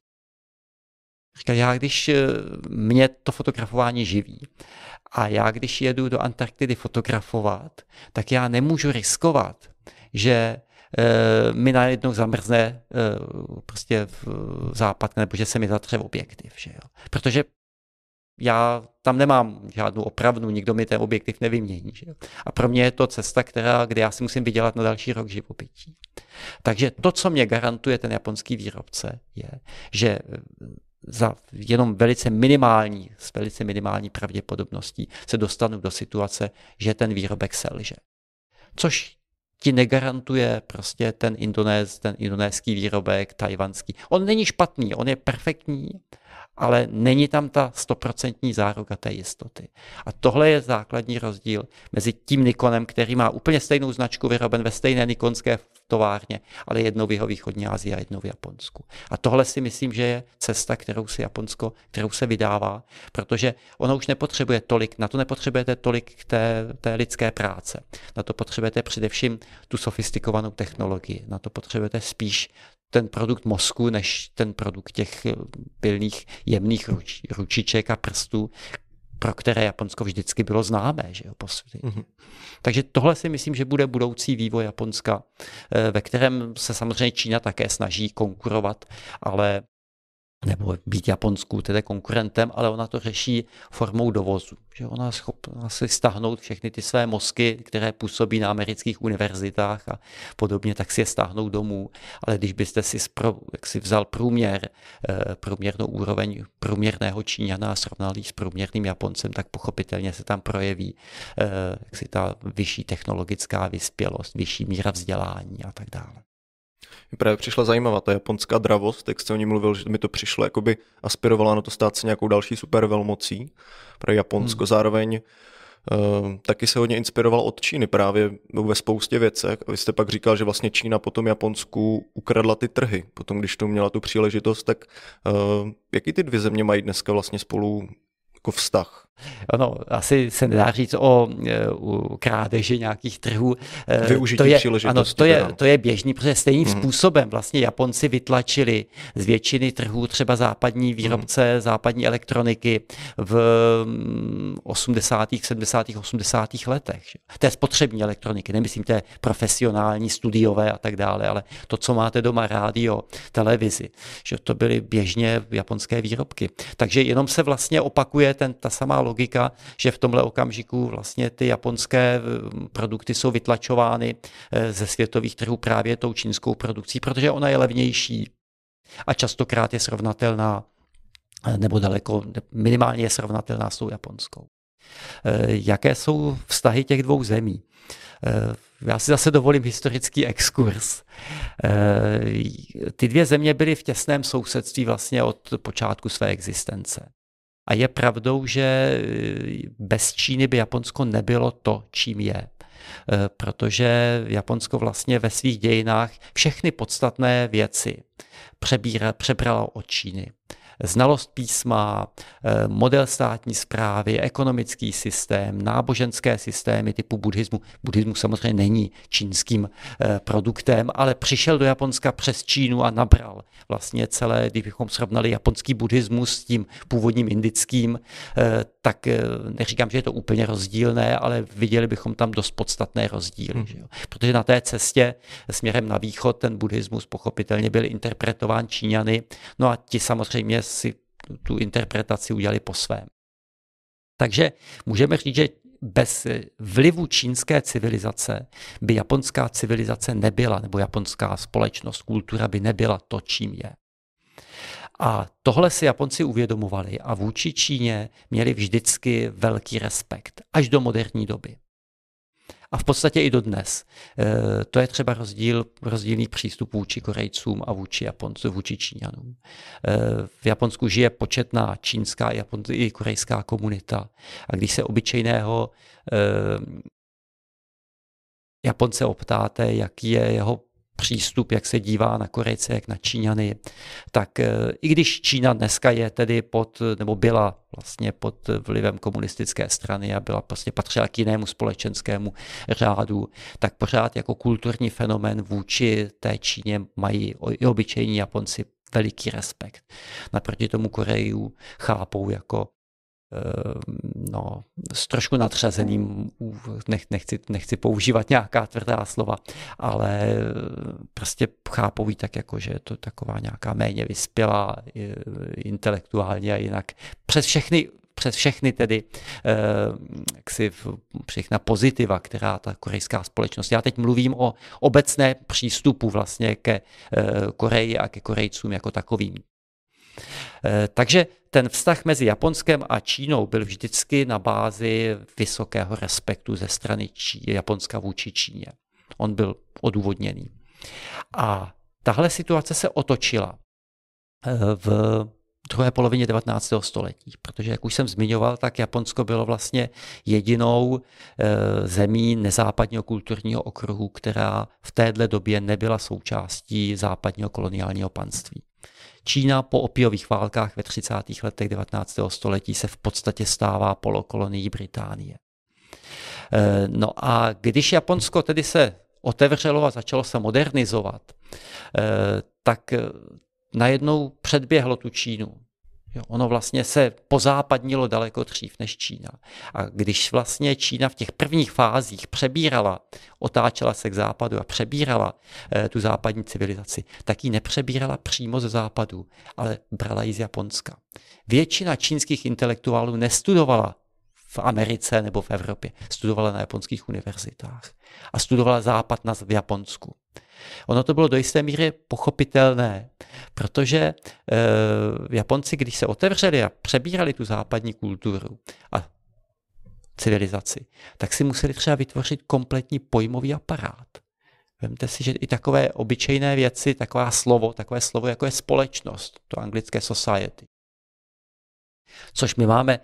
Říkal, mě to fotografování živí a já když jedu do Antarktidy fotografovat, tak já nemůžu riskovat, že mi najednou zamrzne prostě západka, nebo že se mi zatře objektiv. Že jo? Protože já tam nemám žádnou opravdu, nikdo mi ten objektiv nevymění. Že jo? A pro mě je to cesta, kde já si musím vydělat na další rok živobytí. Takže to, co mě garantuje ten japonský výrobce, je, že za jenom s velice minimální pravděpodobností se dostanu do situace, že ten výrobek selže. Což ti negarantuje prostě ten indonéský výrobek, tajvanský. On není špatný, on je perfektní, ale není tam ta 100% záruka té jistoty. A tohle je základní rozdíl mezi tím Nikonem, který má úplně stejnou značku vyroben ve stejné nikonské továrně, ale jednou v jihovýchodní Asii a jednou v Japonsku. A tohle si myslím, že je cesta, kterou se vydává, protože ono už nepotřebuje tolik, na to nepotřebujete tolik té lidské práce. Na to potřebujete především tu sofistikovanou technologii. Na to potřebujete spíš ten produkt mozku, než ten produkt těch pilných, jemných ručiček a prstů, pro které Japonsko vždycky bylo známé, že jo, po světě. Mm-hmm. Takže tohle si myslím, že bude budoucí vývoj Japonska, ve kterém se samozřejmě Čína také snaží konkurovat, nebo být Japonsku tedy konkurentem, ale ona to řeší formou dovozu. Že ona je schopná si stáhnout všechny ty své mozky, které působí na amerických univerzitách a podobně, tak si je stáhnout domů. Ale když byste si vzal průměrnou úroveň průměrného Číňana a srovnal ji s průměrným Japoncem, tak pochopitelně se tam projeví ta vyšší technologická vyspělost, vyšší míra vzdělání a tak dále. Mi právě přišla zajímavá ta japonská dravost, jak jste o ní mluvil, že mi to přišlo, jakoby aspirovala na to stát se nějakou další supervelmocí pro Japonsko. Zároveň taky se hodně inspiroval od Číny právě ve spoustě věcech. A vy jste pak říkal, že vlastně Čína potom Japonsku ukradla ty trhy. Potom, když to měla tu příležitost, tak jaký ty dvě země mají dneska vlastně spolu jako vztah? Ono, asi se nedá říct o krádeži nějakých trhů. Využití příležitosti. To je běžný, protože stejným způsobem vlastně Japonci vytlačili z většiny trhů třeba západní výrobce, západní elektroniky v 80., 70., 80. letech. To je spotřební elektroniky, nemyslím té profesionální, studiové a tak dále, ale to, co máte doma, rádio, televizi, že to byly běžně japonské výrobky. Takže jenom se vlastně opakuje ta samá logika, že v tomhle okamžiku vlastně ty japonské produkty jsou vytlačovány ze světových trhů právě tou čínskou produkcí, protože ona je levnější a častokrát je srovnatelná nebo daleko, minimálně je srovnatelná s tou japonskou. Jaké jsou vztahy těch dvou zemí? Já si zase dovolím historický exkurs. Ty dvě země byly v těsném sousedství vlastně od počátku své existence. A je pravdou, že bez Číny by Japonsko nebylo to, čím je. Protože Japonsko vlastně ve svých dějinách všechny podstatné věci přebralo od Číny. Znalost písma, model státní správy, ekonomický systém, náboženské systémy typu buddhismu. Buddhismus samozřejmě není čínským produktem, ale přišel do Japonska přes Čínu a nabral vlastně celé, kdybychom srovnali japonský buddhismus s tím původním indickým, tak neříkám, že je to úplně rozdílné, ale viděli bychom tam dost podstatné rozdíly. Že jo? Protože na té cestě směrem na východ ten buddhismus pochopitelně byl interpretován Číňany, no a ti samozřejmě si tu interpretaci udělali po svém. Takže můžeme říct, že bez vlivu čínské civilizace by japonská civilizace nebyla, nebo japonská společnost, kultura by nebyla to, čím je. A tohle si Japonci uvědomovali a vůči Číně měli vždycky velký respekt, až do moderní doby. A v podstatě i dodnes. To je třeba rozdílný přístup vůči Korejcům a vůči Japoncům, vůči Číňanům. V Japonsku žije početná čínská i korejská komunita. A když se obyčejného Japonce optáte, jaký je jeho přístup, jak se dívá na Korejce, jak na Číňany, tak i když Čína dneska je tedy nebo byla vlastně pod vlivem komunistické strany a patřila k jinému společenskému řádu, tak pořád jako kulturní fenomén vůči té Číně mají i obyčejní Japonci veliký respekt. Naproti tomu Koreju chápou jako s trošku nadřazeným, nechci používat nějaká tvrdá slova, ale prostě chápou ji tak jako, že je to taková nějaká méně vyspělá intelektuálně a jinak přes všechny tedy všechna pozitiva, která ta korejská společnost. Já teď mluvím o obecné přístupu vlastně ke Koreji a ke Korejcům jako takovým. Takže ten vztah mezi Japonskem a Čínou byl vždycky na bázi vysokého respektu ze strany Japonska vůči Číně. On byl odůvodněný. A tahle situace se otočila v druhé polovině 19. století, protože, jak už jsem zmiňoval, tak Japonsko bylo vlastně jedinou zemí nezápadního kulturního okruhu, která v téhle době nebyla součástí západního koloniálního panství. Čína po opiových válkách ve 30. letech 19. století se v podstatě stává polokolonií Británie. No a když Japonsko tedy se otevřelo a začalo se modernizovat, tak najednou předběhlo tu Čínu. Ono vlastně se pozápadnilo daleko dřív než Čína. A když vlastně Čína v těch prvních fázích otáčela se k západu a přebírala tu západní civilizaci, tak ji nepřebírala přímo ze západu, ale brala ji z Japonska. Většina čínských intelektuálů nestudovala v Americe nebo v Evropě, studovala na japonských univerzitách a studovala západ v Japonsku. Ono to bylo do jisté míry pochopitelné, protože Japonci, když se otevřeli a přebírali tu západní kulturu a civilizaci, tak si museli třeba vytvořit kompletní pojmový aparát. Vemte si, že i takové obyčejné věci, takové slovo, jako je společnost, to anglické society, což my máme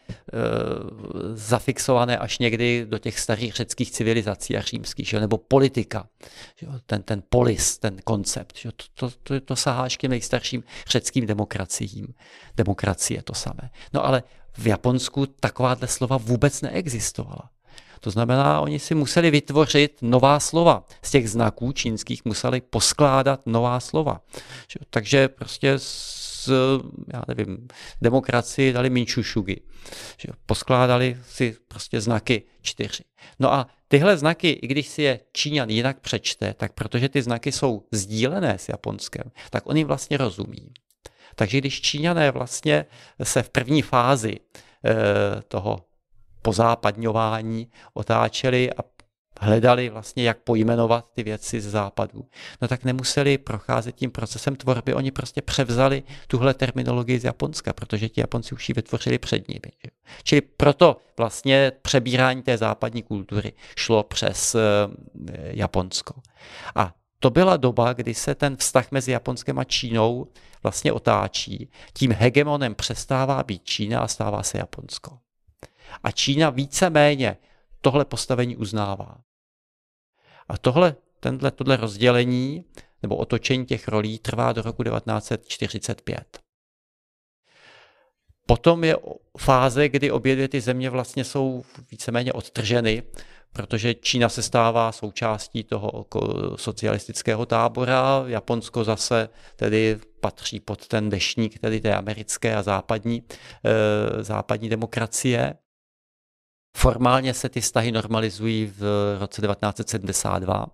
zafixované až někdy do těch starých řeckých civilizací a římských, nebo politika, ten polis, ten koncept, to sahá až k těm nejstarším řeckým demokraciím. Demokracie je to samé. No ale v Japonsku takováhle slova vůbec neexistovala. To znamená, oni si museli vytvořit nová slova. Z těch znaků čínských museli poskládat nová slova. Takže prostě demokracii dali minčušugi. Poskládali si prostě znaky 4. No a tyhle znaky, i když si je Číňan jinak přečte, tak protože ty znaky jsou sdílené s Japonskem, tak on jim vlastně rozumí. Takže když Číňané vlastně se v první fázi toho pozápadňování otáčeli a hledali vlastně, jak pojmenovat ty věci z západu, no tak nemuseli procházet tím procesem tvorby, oni prostě převzali tuhle terminologii z Japonska, protože ti Japonci už ji vytvořili před nimi. Čili proto vlastně přebírání té západní kultury šlo přes Japonsko. A to byla doba, kdy se ten vztah mezi Japonskem a Čínou vlastně otáčí. Tím hegemonem přestává být Čína a stává se Japonsko. A Čína víceméně tohle postavení uznává. A tohle rozdělení nebo otočení těch rolí trvá do roku 1945. Potom je fáze, kdy obě dvě ty země vlastně jsou víceméně odtrženy, protože Čína se stává součástí toho socialistického tábora, Japonsko zase tedy patří pod ten deštník tedy té americké a západní demokracie. Formálně se ty vztahy normalizují v roce 1972,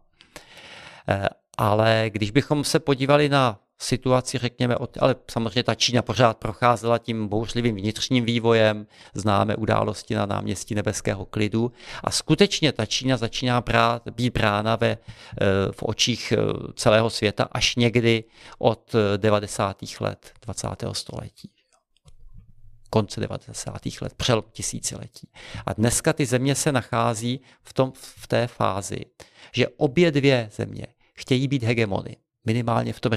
ale když bychom se podívali na situaci, řekněme, ale samozřejmě ta Čína pořád procházela tím bouřlivým vnitřním vývojem, známe události na náměstí Nebeského klidu a skutečně ta Čína začíná být brána v očích celého světa až někdy od 90. let 20. století. Konce 90. let, přelom tisíciletí. A dneska ty země se nachází v té fázi, že obě dvě země chtějí být hegemony, minimálně v tom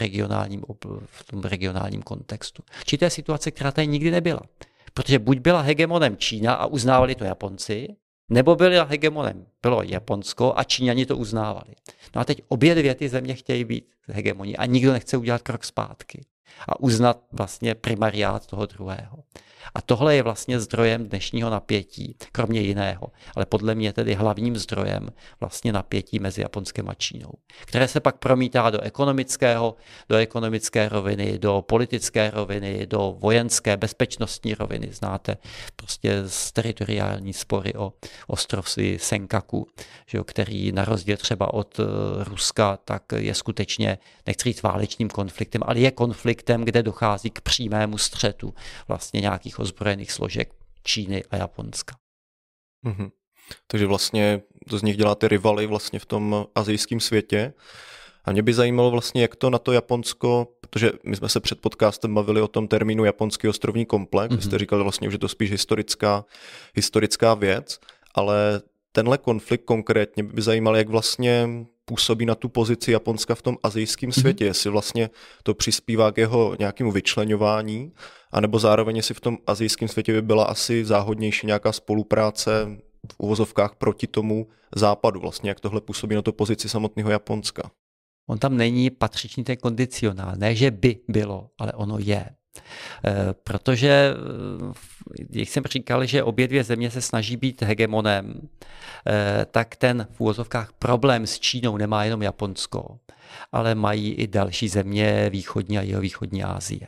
regionálním kontextu. Či to je situace, která tady nikdy nebyla. Protože buď byla hegemonem Čína a uznávali to Japonci, nebo byla hegemonem bylo Japonsko a Číňani to uznávali. No a teď obě dvě ty země chtějí být hegemoni a nikdo nechce udělat krok zpátky a uznat vlastně primariát toho druhého. A tohle je vlastně zdrojem dnešního napětí, kromě jiného, ale podle mě tedy hlavním zdrojem vlastně napětí mezi Japonskem a Čínou, které se pak promítá do ekonomické roviny, do politické roviny, do vojenské, bezpečnostní roviny. Znáte prostě teritoriální spory o ostrov Senkaku, který na rozdíl třeba od Ruska, tak je skutečně, nechci říct válečným konfliktem, ale je konfliktem, kde dochází k přímému střetu vlastně nějakých ozbrojených složek Číny a Japonska. Mhm. Takže vlastně to z nich dělá ty rivaly vlastně v tom asijském světě. A mě by zajímalo vlastně, jak to na to Japonsko, protože my jsme se před podcastem bavili o tom termínu japonský ostrovní komplex, vy jste říkali vlastně, že to spíš historická věc, ale tenhle konflikt konkrétně by zajímal, jak vlastně působí na tu pozici Japonska v tom asijském světě, jestli vlastně to přispívá k jeho nějakému vyčleňování, anebo zároveň jestli v tom asijském světě by byla asi záhodnější nějaká spolupráce v uvozovkách proti tomu západu, vlastně jak tohle působí na tu pozici samotného Japonska. On tam není patřičný ten kondicionál, ne, že by bylo, ale ono je. Protože, jak jsem říkal, že obě dvě země se snaží být hegemonem, tak ten v úvozovkách problém s Čínou nemá jenom Japonsko, ale mají i další země východní a jihovýchodní Asie.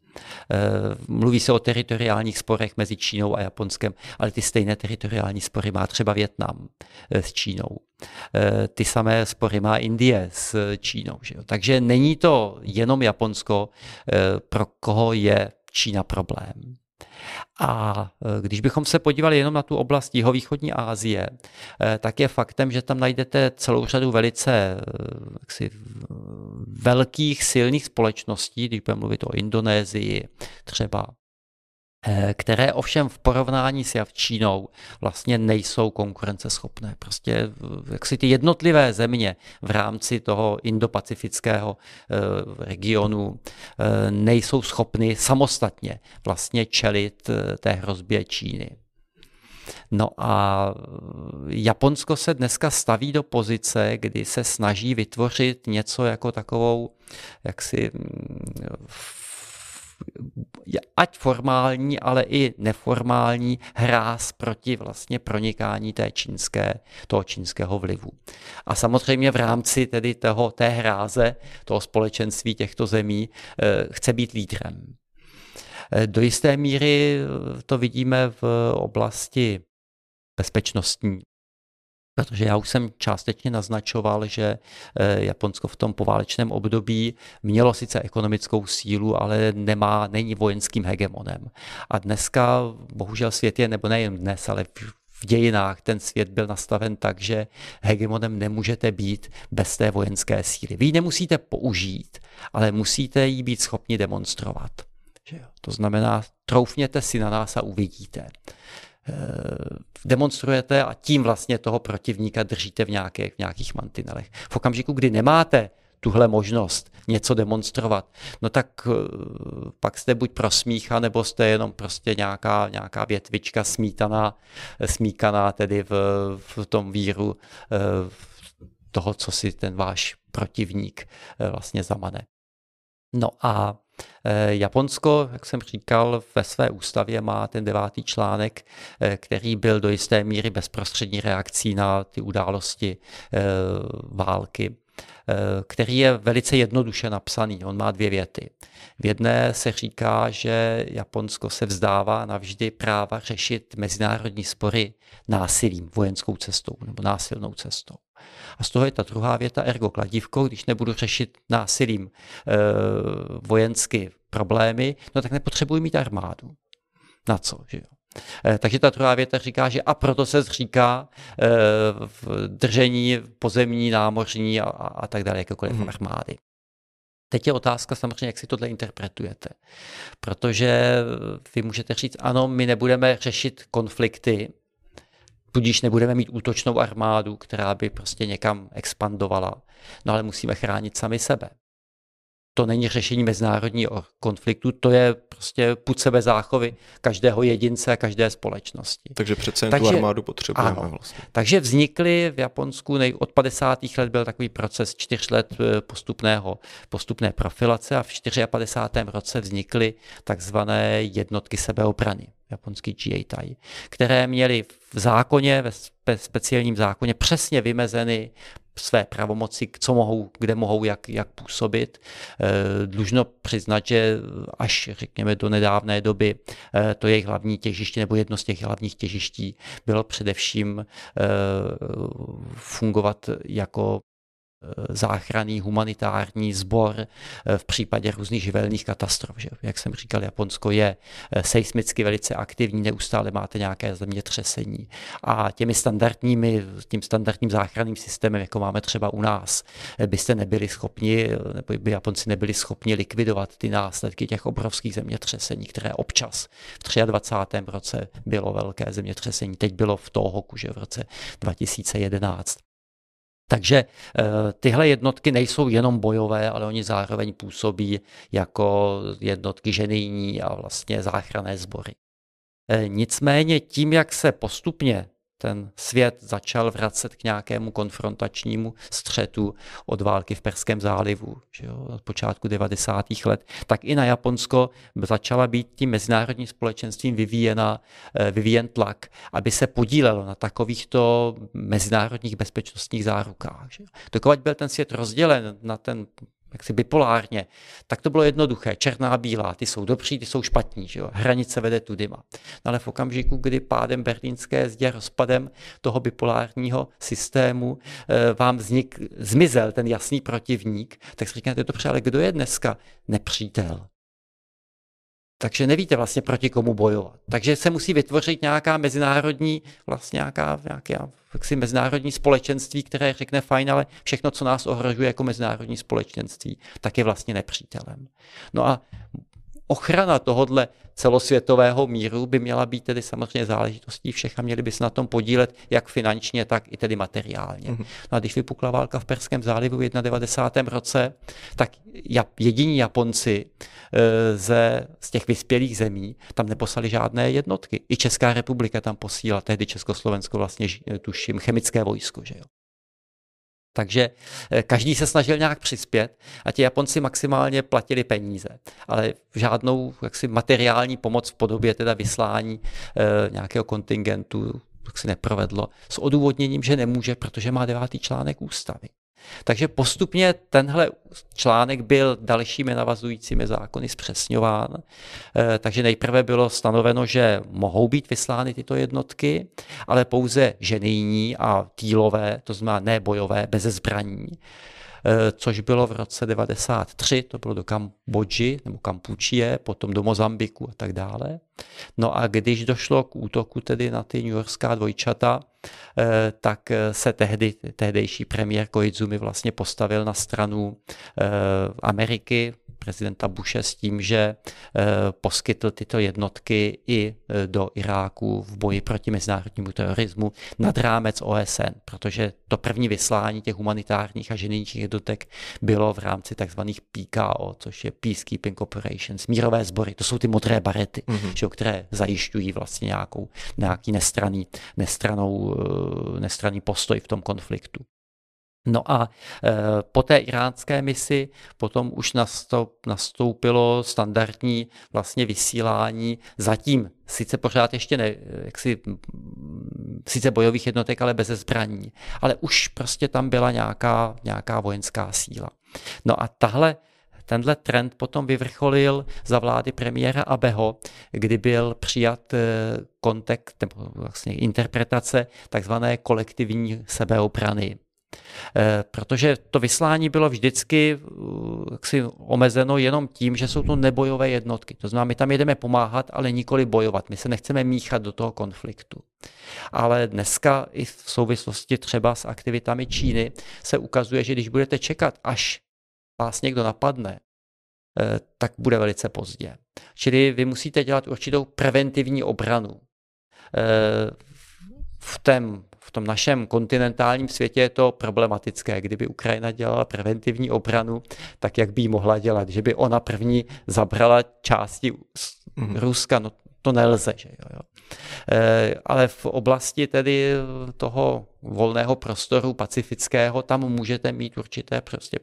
Mluví se o teritoriálních sporech mezi Čínou a Japonskem, ale ty stejné teritoriální spory má třeba Vietnam s Čínou. Ty samé spory má Indie s Čínou. Že jo? Takže není to jenom Japonsko, pro koho je Čína problém. A když bychom se podívali jenom na tu oblast jihovýchodní Asie, tak je faktem, že tam najdete celou řadu velice velkých, silných společností, když budeme mluvit o Indonésii třeba, které ovšem v porovnání s Čínou vlastně nejsou konkurenceschopné. Prostě jaksi ty jednotlivé země v rámci toho indopacifického regionu nejsou schopny samostatně vlastně čelit té hrozbě Číny. No a Japonsko se dneska staví do pozice, kdy se snaží vytvořit něco jako takovou jaksi ať formální, ale i neformální hráz proti vlastně pronikání toho čínského vlivu. A samozřejmě v rámci tedy té hráze, toho společenství těchto zemí chce být lídrem. Do jisté míry to vidíme v oblasti bezpečnostní. Protože já už jsem částečně naznačoval, že Japonsko v tom poválečném období mělo sice ekonomickou sílu, ale není vojenským hegemonem. A dneska, bohužel svět je, nebo nejen dnes, ale v dějinách ten svět byl nastaven tak, že hegemonem nemůžete být bez té vojenské síly. Vy ji nemusíte použít, ale musíte ji být schopni demonstrovat. To znamená, troufněte si na nás a uvidíte. Demonstrujete a tím vlastně toho protivníka držíte v nějakých mantinelech. V okamžiku, kdy nemáte tuhle možnost něco demonstrovat, no tak pak jste buď prosmícha, nebo jste jenom prostě nějaká větvička smíkaná tedy v tom víru toho, co si ten váš protivník vlastně zamane. No a Japonsko, jak jsem říkal, ve své ústavě má ten 9. článek, který byl do jisté míry bezprostřední reakcí na ty události války, který je velice jednoduše napsaný. On má 2 věty. V jedné se říká, že Japonsko se vzdává navždy práva řešit mezinárodní spory násilím, vojenskou cestou nebo násilnou cestou. A z toho je ta druhá věta, ergo kladívko, když nebudu řešit násilím vojensky problémy, no tak nepotřebuji mít armádu. Na co? Že jo? Takže ta druhá věta říká, že a proto se zříká v držení pozemní, námořní a tak dále, jakékoliv armády. Teď je otázka samozřejmě, jak si tohle interpretujete. Protože vy můžete říct, ano, my nebudeme řešit konflikty, tudíž nebudeme mít útočnou armádu, která by prostě někam expandovala, no ale musíme chránit sami sebe. To není řešení mezinárodního konfliktu, to je prostě pud sebezáchovy každého jedince a každé společnosti. Takže přece jen tu armádu potřebujeme. Ano, vlastně. Takže vznikly v Japonsku od 50. let byl takový proces 4 let postupné profilace a v 54. roce vznikly takzvané jednotky sebeobrany, japonský Jieitai, které měly v zákoně, ve speciálním zákoně přesně vymezeny své pravomoci, co mohou, kde mohou, jak působit. Dlužno přiznat, že až řekněme do nedávné doby to jejich hlavní těžiště nebo jedno z těch hlavních těžiští bylo především fungovat jako záchranný humanitární sbor v případě různých živelných katastrof. Že? Jak jsem říkal, Japonsko je seismicky velice aktivní, neustále máte nějaké zemětřesení a tím standardním záchranným systémem, jako máme třeba u nás, byste nebyli schopni, nebo by Japonci nebyli schopni likvidovat ty následky těch obrovských zemětřesení, které občas v 23. roce bylo velké zemětřesení, teď bylo v Tohoku, že v roce 2011. Takže tyhle jednotky nejsou jenom bojové, ale oni zároveň působí jako jednotky ženijní a vlastně záchranné sbory. Nicméně tím, jak se postupně ten svět začal vracet k nějakému konfrontačnímu střetu od války v Perském zálivu, že jo, od počátku 90. let, tak i na Japonsko začala být tím mezinárodním společenstvím vyvíjen tlak, aby se podílelo na takovýchto mezinárodních bezpečnostních zárukách. Že jo. Dokud byl ten svět rozdělen na ten jaksi bipolárně, tak to bylo jednoduché, černá a bílá, ty jsou dobří, ty jsou špatní, že jo? Hranice vede tudyma. No ale v okamžiku, kdy pádem berlínské zdě, rozpadem toho bipolárního systému vám zmizel ten jasný protivník, tak si říkáte, dobře, ale kdo je dneska nepřítel? Takže nevíte vlastně proti komu bojovat. Takže se musí vytvořit nějaká mezinárodní, vlastně nějaké mezinárodní společenství, které řekne fajn, ale všechno, co nás ohrožuje jako mezinárodní společenství, tak je vlastně nepřítelem. No a ochrana tohodle celosvětového míru by měla být tedy samozřejmě záležitostí všech a měli by se na tom podílet jak finančně, tak i tedy materiálně. No a když vypukla válka v Perském zálivu v 91. roce, tak jediní Japonci z těch vyspělých zemí tam neposlali žádné jednotky. I Česká republika tam posílala, tehdy Československo vlastně tuším chemické vojsko, že jo. Takže každý se snažil nějak přispět a ti Japonci maximálně platili peníze, ale žádnou jaksi materiální pomoc v podobě teda vyslání nějakého kontingentu tak si neprovedlo s odůvodněním, že nemůže, protože má 9. článek ústavy. Takže postupně tenhle článek byl dalšími navazujícími zákony zpřesňován. Takže nejprve bylo stanoveno, že mohou být vyslány tyto jednotky, ale pouze ženijní a týlové, to znamená nebojové, beze zbraní. což bylo v roce 1993, to bylo do Kambodži nebo Kampučie, potom do Mozambiku a tak dále. No a když došlo k útoku tedy na ty newyorská dvojčata, tak se tehdejší premiér Koizumi vlastně postavil na stranu Ameriky, prezidenta Bushe, s tím, že poskytl tyto jednotky i do Iráku v boji proti mezinárodnímu terorismu nad rámec OSN, protože to první vyslání těch humanitárních a ženijních jednotek bylo v rámci takzvaných PKO, což je Peacekeeping Operations, mírové sbory, to jsou ty modré barety, které zajišťují vlastně nějaký nestranný postoj v tom konfliktu. No a po té iránské misi potom už nastoupilo standardní vlastně vysílání, zatím sice pořád ještě sice bojových jednotek, ale bez zbraní, ale už prostě tam byla nějaká vojenská síla. No a tenhle trend potom vyvrcholil za vlády premiéra Abeho, kdy byl přijat kontext nebo vlastně interpretace takzvané kolektivní sebeobrany. Protože to vyslání bylo vždycky omezeno jenom tím, že jsou to nebojové jednotky. To znamená, my tam jedeme pomáhat, ale nikoli bojovat. My se nechceme míchat do toho konfliktu. Ale dneska i v souvislosti třeba s aktivitami Číny se ukazuje, že když budete čekat, až vás někdo napadne, tak bude velice pozdě. Čili vy musíte dělat určitou preventivní obranu. V tom našem kontinentálním světě je to problematické. Kdyby Ukrajina dělala preventivní obranu, tak jak by ji mohla dělat? Že by ona první zabrala části Ruska? No to nelze. Že jo. Ale v oblasti tedy toho volného prostoru pacifického tam můžete mít určité prostě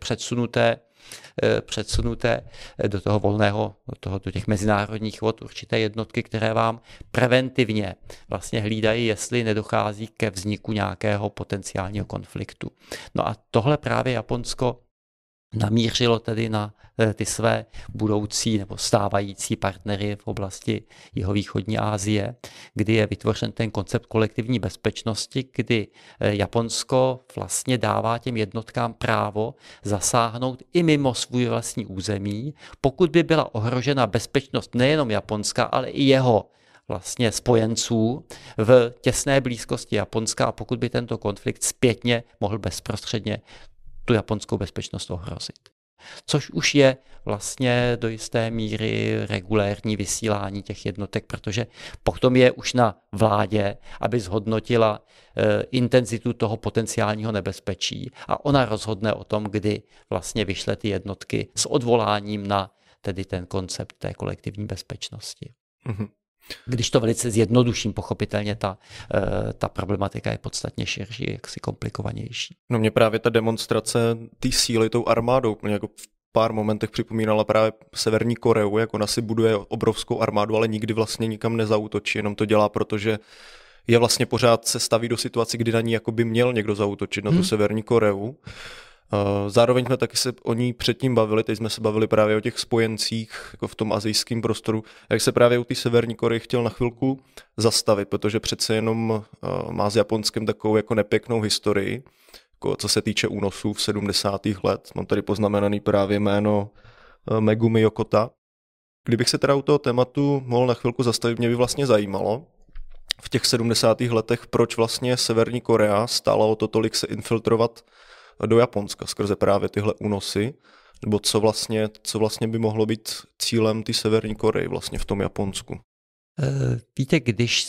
předsunuté do toho volného, do těch mezinárodních vod určité jednotky, které vám preventivně vlastně hlídají, jestli nedochází ke vzniku nějakého potenciálního konfliktu. No a tohle právě Japonsko namířilo tedy na ty své budoucí nebo stávající partnery v oblasti jihovýchodní Asie, kdy je vytvořen ten koncept kolektivní bezpečnosti, kdy Japonsko vlastně dává těm jednotkám právo zasáhnout i mimo svůj vlastní území, pokud by byla ohrožena bezpečnost nejenom Japonska, ale i jeho vlastně spojenců v těsné blízkosti Japonska, a pokud by tento konflikt zpětně mohl bezprostředně tu japonskou bezpečnost ohrozit. Což už je vlastně do jisté míry regulérní vysílání těch jednotek, protože potom je už na vládě, aby zhodnotila intenzitu toho potenciálního nebezpečí, a ona rozhodne o tom, kdy vlastně vyšle ty jednotky s odvoláním na tedy ten koncept té kolektivní bezpečnosti. Mm-hmm. Když to velice zjednoduším, pochopitelně ta problematika je podstatně širší, jaksi komplikovanější. No mě právě ta demonstrace té síly tou armádou jako v pár momentech připomínala právě Severní Koreu, jak ona si buduje obrovskou armádu, ale nikdy vlastně nikam nezaútočí, jenom to dělá, protože je vlastně pořád se staví do situace, kdy na ní jako by měl někdo zaútočit, na tu Severní Koreu. Zároveň jsme taky se o ní předtím bavili, teď jsme se bavili právě o těch spojencích jako v tom asijském prostoru, jak se právě u té Severní Koreje chtěl na chvilku zastavit, protože přece jenom má s Japonskem takovou jako nepěknou historii, jako co se týče únosů v 70. let. Mám tady poznamenaný právě jméno Megumi Yokota. Kdybych se teda u toho tématu mohl na chvilku zastavit, mě by vlastně zajímalo v těch 70. letech, proč vlastně Severní Korea stála o to tolik se infiltrovat do Japonska skrze právě tyhle únosy, nebo co vlastně by mohlo být cílem ty Severní Koreje vlastně v tom Japonsku? Víte, když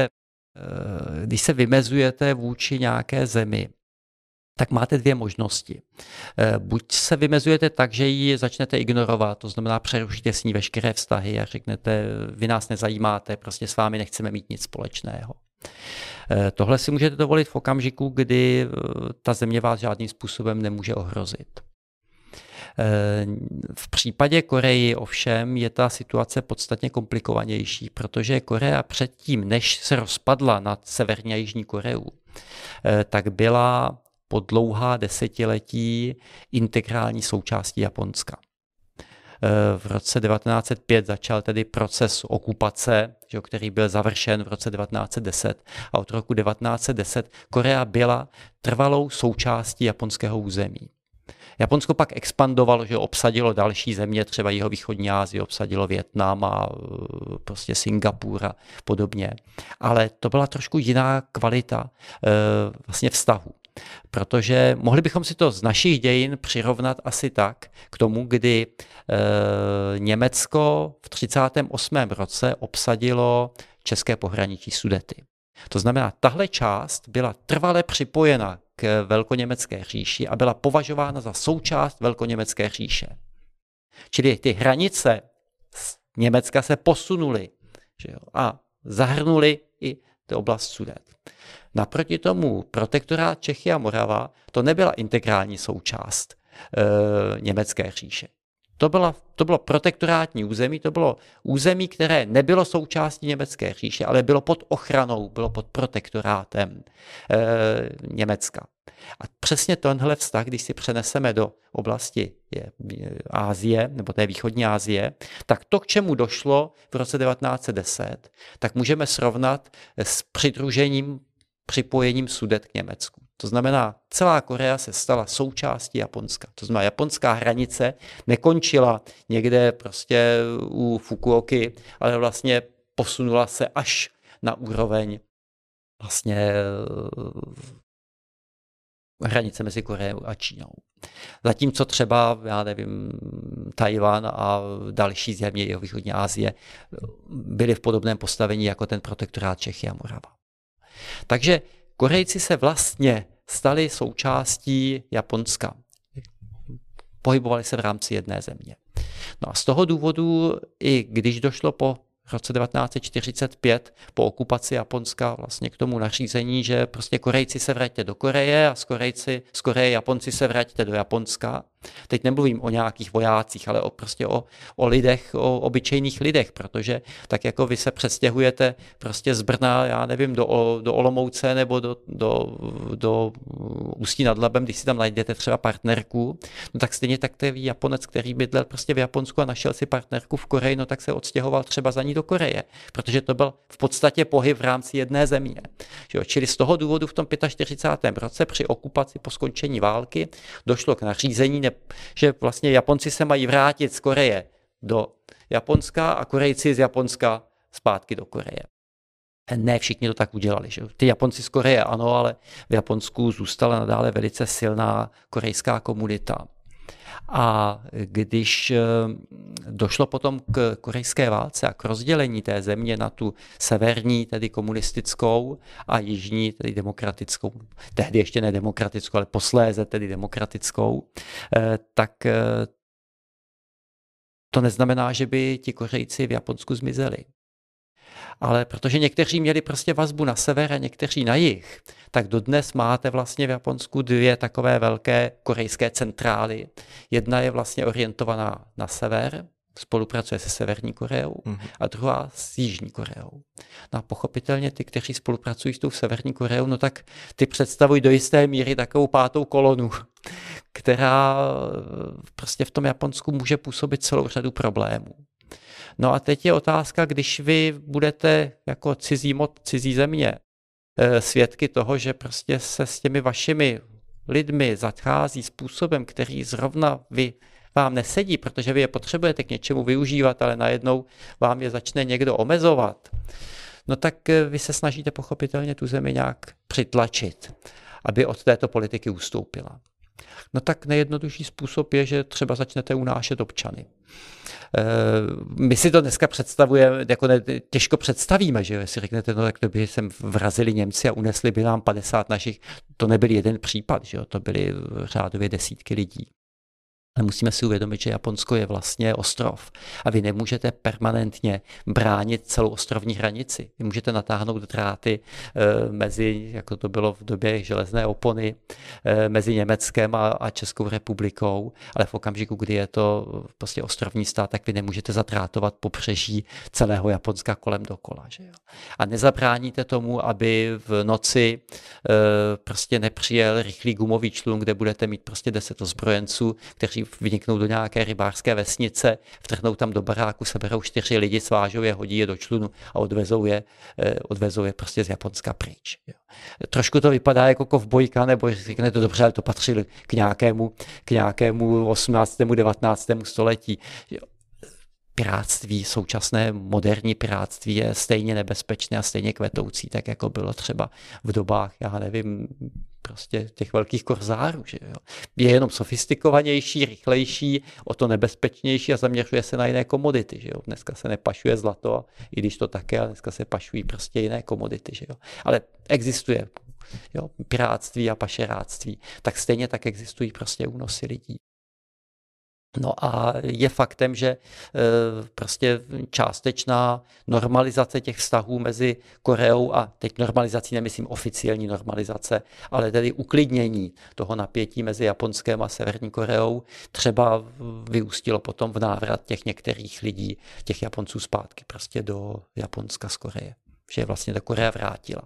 se vymezujete vůči nějaké zemi, tak máte dvě možnosti. Buď se vymezujete tak, že ji začnete ignorovat, to znamená přerušíte s ní veškeré vztahy a řeknete, vy nás nezajímáte, prostě s vámi nechceme mít nic společného. Tohle si můžete dovolit v okamžiku, kdy ta země vás žádným způsobem nemůže ohrozit. V případě Koreji ovšem je ta situace podstatně komplikovanější, protože Korea předtím, než se rozpadla na Severní a Jižní Koreu, tak byla po dlouhá desetiletí integrální součástí Japonska. V roce 1905 začal tedy proces okupace, který byl završen v roce 1910, a od roku 1910 Korea byla trvalou součástí japonského území. Japonsko pak expandovalo, že obsadilo další země, třeba jihovýchodní Asii, obsadilo Vietnam a prostě Singapur a podobně. Ale to byla trošku jiná kvalita vlastně vztahu. Protože mohli bychom si to z našich dějin přirovnat asi tak k tomu, kdy Německo v 38. roce obsadilo české pohraničí Sudety. To znamená, tahle část byla trvale připojena k Velkoněmecké říši a byla považována za součást Velkoněmecké říše. Čili ty hranice z Německa se posunuly, že jo, a zahrnuly i tu oblast Sudet. Naproti tomu protektorát Čechy a Morava to nebyla integrální součást Německé říše. To bylo protektorátní území, to bylo území, které nebylo součástí Německé říše, ale bylo pod ochranou, bylo pod protektorátem Německa. A přesně tenhle vztah, když si přeneseme do oblasti Asie, nebo té východní Asie, tak to, k čemu došlo v roce 1910, tak můžeme srovnat s připojením Sudet k Německu. To znamená, celá Korea se stala součástí Japonska. To znamená, japonská hranice nekončila někde prostě u Fukuoky, ale vlastně posunula se až na úroveň vlastně hranice mezi Koreou a Čínou. Zatímco třeba, já nevím, Tajvan a další země jihovýchodní Asie byly v podobném postavení jako ten protektorát Čechy a Morava. Takže Korejci se vlastně stali součástí Japonska. Pohybovali se v rámci jedné země. No a z toho důvodu, i když došlo po roce 1945 po okupaci Japonska vlastně k tomu nařízení, že prostě Korejci se vraťte do Koreje a z Koreje Japonci se vraťte do Japonska. Teď nemluvím o nějakých vojácích, ale prostě o lidech, o obyčejných lidech, protože tak jako vy se přestěhujete prostě z Brna, já nevím, do Olomouce nebo do Ústí nad Labem, když si tam najdete třeba partnerku, no tak stejně tak ten Japonec, který bydlel prostě v Japonsku a našel si partnerku v Koreji, no tak se odstěhoval třeba za ní do Koreje, protože to byl v podstatě pohyb v rámci jedné země. Čili z toho důvodu v tom 45. roce při okupaci po skončení války došlo k nařízení, že vlastně Japonci se mají vrátit z Koreje do Japonska a Korejci z Japonska zpátky do Koreje. Ne všichni to tak udělali. Že? Ty Japonci z Koreje ano, ale v Japonsku zůstala nadále velice silná korejská komunita. A když došlo potom k korejské válce a k rozdělení té země na tu severní, tedy komunistickou, a jižní, tedy demokratickou, tehdy ještě nedemokratickou, ale posléze tedy demokratickou, tak to neznamená, že by ti Korejci v Japonsku zmizeli. Ale protože někteří měli prostě vazbu na sever a někteří na jih, tak dodnes máte vlastně v Japonsku dvě takové velké korejské centrály. Jedna je vlastně orientovaná na sever, spolupracuje se Severní Koreou, a druhá s Jižní Koreou. No a pochopitelně ty, kteří spolupracují s tou Severní Koreou, no tak ty představují do jisté míry takovou pátou kolonu, která prostě v tom Japonsku může působit celou řadu problémů. No a teď je otázka, když vy budete jako cizí země svědky toho, že prostě se s těmi vašimi lidmi zachází způsobem, který zrovna vám nesedí, protože vy je potřebujete k něčemu využívat, ale najednou vám je začne někdo omezovat, no tak vy se snažíte pochopitelně tu zemi nějak přitlačit, aby od této politiky ustoupila. No tak nejjednodušší způsob je, že třeba začnete unášet občany. My si to dneska představujeme, jako těžko představíme, že si řeknete, no tak to by sem vrazili Němci a unesli by nám 50 našich, to nebyl jeden případ, že jo? To byly řádově desítky lidí. Ale musíme si uvědomit, že Japonsko je vlastně ostrov a vy nemůžete permanentně bránit celou ostrovní hranici. Vy můžete natáhnout dráty mezi, jako to bylo v době železné opony, mezi Německem a Českou republikou, ale v okamžiku, kdy je to prostě ostrovní stát, tak vy nemůžete zatrátovat pobřeží celého Japonska kolem dokola. Že jo? A nezabráníte tomu, aby v noci prostě nepřijel rychlý gumový člun, kde budete mít prostě 10 ozbrojenců, kteří vyniknou do nějaké rybářské vesnice, vtrhnou tam do baráku, seberou 4 lidi, svážou je, hodí je do člunu a odvezou je prostě z Japonska pryč. Jo. Trošku to vypadá jako kovbojka, nebo řekne to dobře, ale to patří k nějakému 18. 19. století. Pirátství, současné moderní pirátství je stejně nebezpečné a stejně kvetoucí, tak jako bylo třeba v dobách, já nevím, prostě těch velkých korzárů. Že jo. Je jenom sofistikovanější, rychlejší, o to nebezpečnější a zaměřuje se na jiné komodity. Že jo. Dneska se nepašuje zlato, i když to také, ale dneska se pašují prostě jiné komodity. Že jo. Ale existuje pirátství a pašeráctví, tak stejně tak existují prostě únosy lidí. No a je faktem, že prostě částečná normalizace těch vztahů mezi Koreou a teď normalizací nemyslím oficiální normalizace, ale tedy uklidnění toho napětí mezi Japonskem a Severní Koreou třeba vyústilo potom v návrat těch některých lidí, těch Japonců zpátky prostě do Japonska z Koreje, že je vlastně do Koreje vrátila.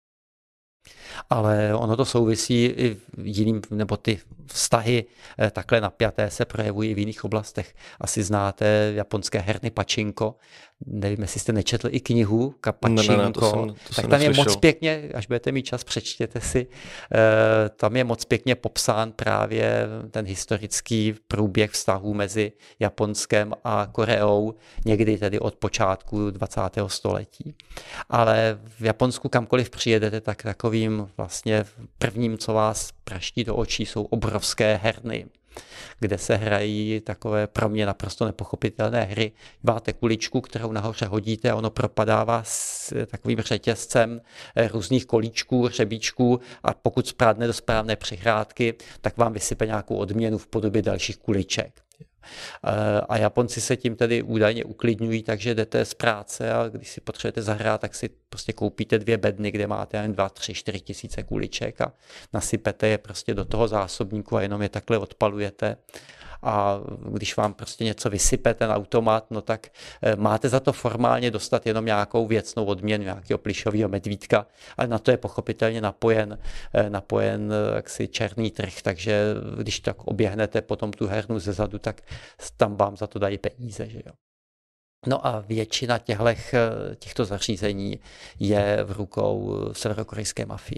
Ale ono to souvisí i jiným, nebo ty vztahy takhle napjaté se projevují v jiných oblastech. Asi znáte japonské herny Pachinko. Nevím, jestli jste nečetl i knihu Pachinko. Ne, to tak tam je moc pěkně, až budete mít čas, přečtěte si, tam je moc pěkně popsán právě ten historický průběh vztahů mezi Japonskem a Koreou, někdy tedy od počátku 20. století. Ale v Japonsku kamkoliv přijedete, tak takovým vlastně prvním, co vás praští do očí, jsou obrovské herny, kde se hrají takové pro mě naprosto nepochopitelné hry. Máte kuličku, kterou nahoře hodíte a ono propadává s takovým řetězcem různých kolíčků, hřebíčků a pokud správne do správné přihrádky, tak vám vysype nějakou odměnu v podobě dalších kuliček. A Japonci se tím tedy údajně uklidňují, takže jdete z práce a když si potřebujete zahrát, tak si prostě koupíte 2 bedny, kde máte jen 2, 3, 4 tisíce kuliček a nasypete je prostě do toho zásobníku a jenom je takhle odpalujete. A když vám prostě něco vysype ten automat, no tak máte za to formálně dostat jenom nějakou věcnou odměnu, nějakého plyšového medvídka, ale na to je pochopitelně napojen jaksi černý trh, takže když tak oběhnete potom tu hernu zezadu, tak tam vám za to dají peníze. Že jo. No a většina těchto zařízení je v rukou severokorejské mafie.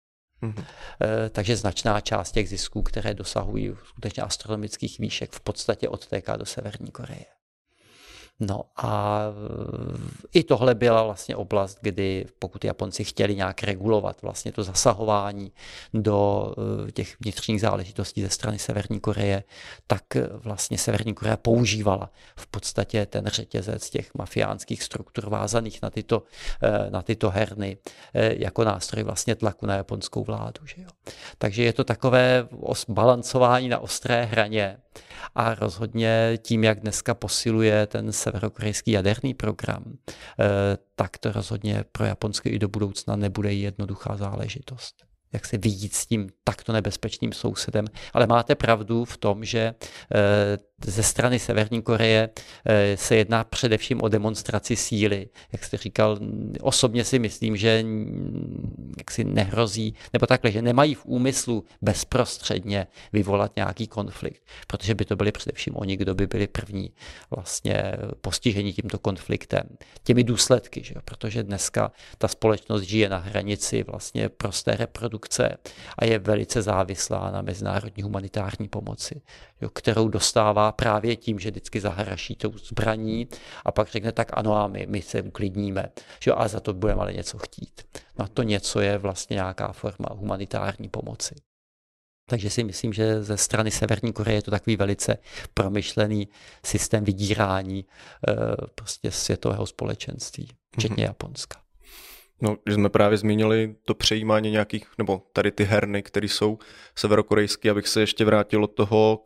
Takže značná část těch zisků, které dosahují skutečně astronomických výšek, v podstatě odtéká do Severní Koreje. No a i tohle byla vlastně oblast, kdy pokud Japonci chtěli nějak regulovat vlastně to zasahování do těch vnitřních záležitostí ze strany Severní Koreje, tak vlastně Severní Korea používala v podstatě ten řetězec těch mafiánských struktur vázaných na tyto herny jako nástroj vlastně tlaku na japonskou vládu. Že jo? Takže je to takové balancování na ostré hraně a rozhodně tím, jak dneska posiluje ten severokorejský jaderný program, tak to rozhodně pro Japonsko i do budoucna nebude jednoduchá záležitost. Jak se vyjít s tím takto nebezpečným sousedem. Ale máte pravdu v tom, že ze strany Severní Koreje se jedná především o demonstraci síly. Jak jste říkal, osobně si myslím, že jaksi nehrozí, nebo takhle, že nemají v úmyslu bezprostředně vyvolat nějaký konflikt, protože by to byli především oni, kdo by byli první vlastně postiženi tímto konfliktem. Těmi důsledky, že? Protože dneska ta společnost žije na hranici vlastně prosté reprodukce a je velice závislá na mezinárodní humanitární pomoci, jo, kterou dostává právě tím, že vždycky zahraší tou zbraní a pak řekne tak ano a my se uklidníme, že a za to budeme ale něco chtít. No a to něco je vlastně nějaká forma humanitární pomoci. Takže si myslím, že ze strany Severní Koreje je to takový velice promyšlený systém vydírání prostě světového společenství, včetně Japonska. No, že jsme právě zmínili to přejímání nějakých, nebo tady ty herny, které jsou severokorejské, abych se ještě vrátil od toho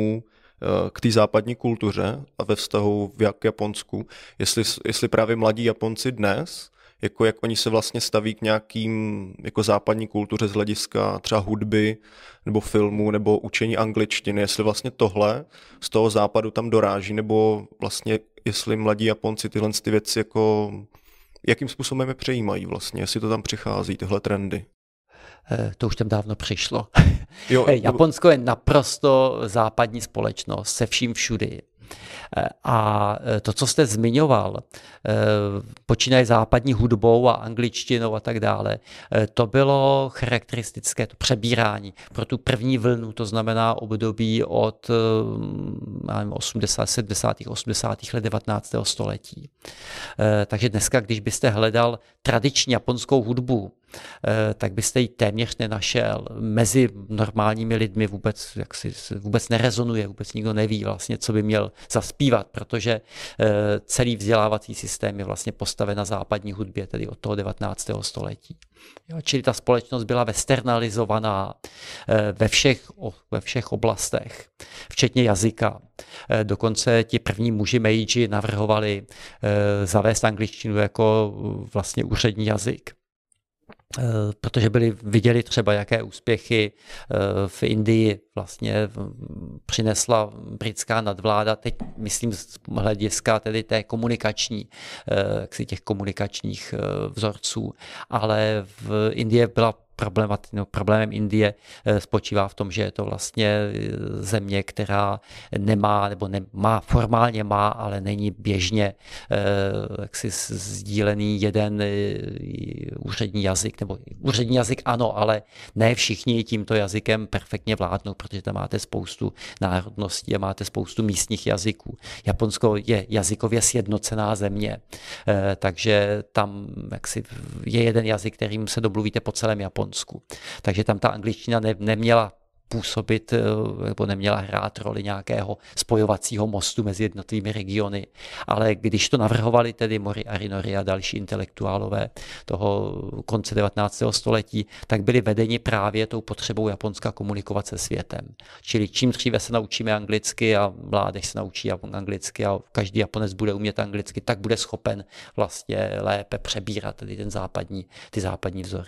k té západní kultuře a ve vztahu k Japonsku. Jestli právě mladí Japonci dnes, jako jak oni se vlastně staví k nějakým jako západní kultuře z hlediska třeba hudby nebo filmu nebo učení angličtiny, jestli vlastně tohle z toho západu tam doráží, nebo vlastně jestli mladí Japonci tyhle ty věci jako jakým způsobem je přejímají vlastně, jestli to tam přichází, tyhle trendy? To už tam dávno přišlo. Jo, Japonsko je naprosto západní společnost se vším všudy. A to, co jste zmiňoval, počínaje západní hudbou a angličtinou a tak dále, to bylo charakteristické, to přebírání pro tu první vlnu, to znamená období od 70. 80. let 19. století. Takže dneska, když byste hledal tradiční japonskou hudbu, tak byste ji téměř nenašel. Mezi normálními lidmi vůbec nerezonuje, vůbec nikdo neví vlastně, co by měl zaspívat, protože celý vzdělávací systém je vlastně postaven na západní hudbě, tedy od toho 19. století. Jo, čili ta společnost byla westernalizovaná ve všech oblastech, včetně jazyka. Dokonce ti první muži Meiji navrhovali zavést angličtinu jako vlastně úřední jazyk. Protože viděli třeba, jaké úspěchy v Indii vlastně přinesla britská nadvláda, teď myslím z hlediska tedy té komunikační, těch komunikačních vzorců, ale v Indii byla problémem Indie spočívá v tom, že je to vlastně země, která nemá, nebo formálně má, ale není běžně sdílený jeden úřední jazyk, nebo úřední jazyk ano, ale ne všichni tímto jazykem perfektně vládnou, protože tam máte spoustu národností a máte spoustu místních jazyků. Japonsko je jazykově sjednocená země, takže tam je jeden jazyk, kterým se domluvíte po celém Japonsku. Takže tam ta angličtina neměla působit nebo neměla hrát roli nějakého spojovacího mostu mezi jednotlivými regiony. Ale když to navrhovali tedy Moriari Nori a další intelektuálové toho konce 19. století, tak byli vedeni právě tou potřebou Japonska komunikovat se světem. Čili čím dříve se naučíme anglicky a mládež se naučí anglicky a každý Japonec bude umět anglicky, tak bude schopen vlastně lépe přebírat tedy ty západní vzory.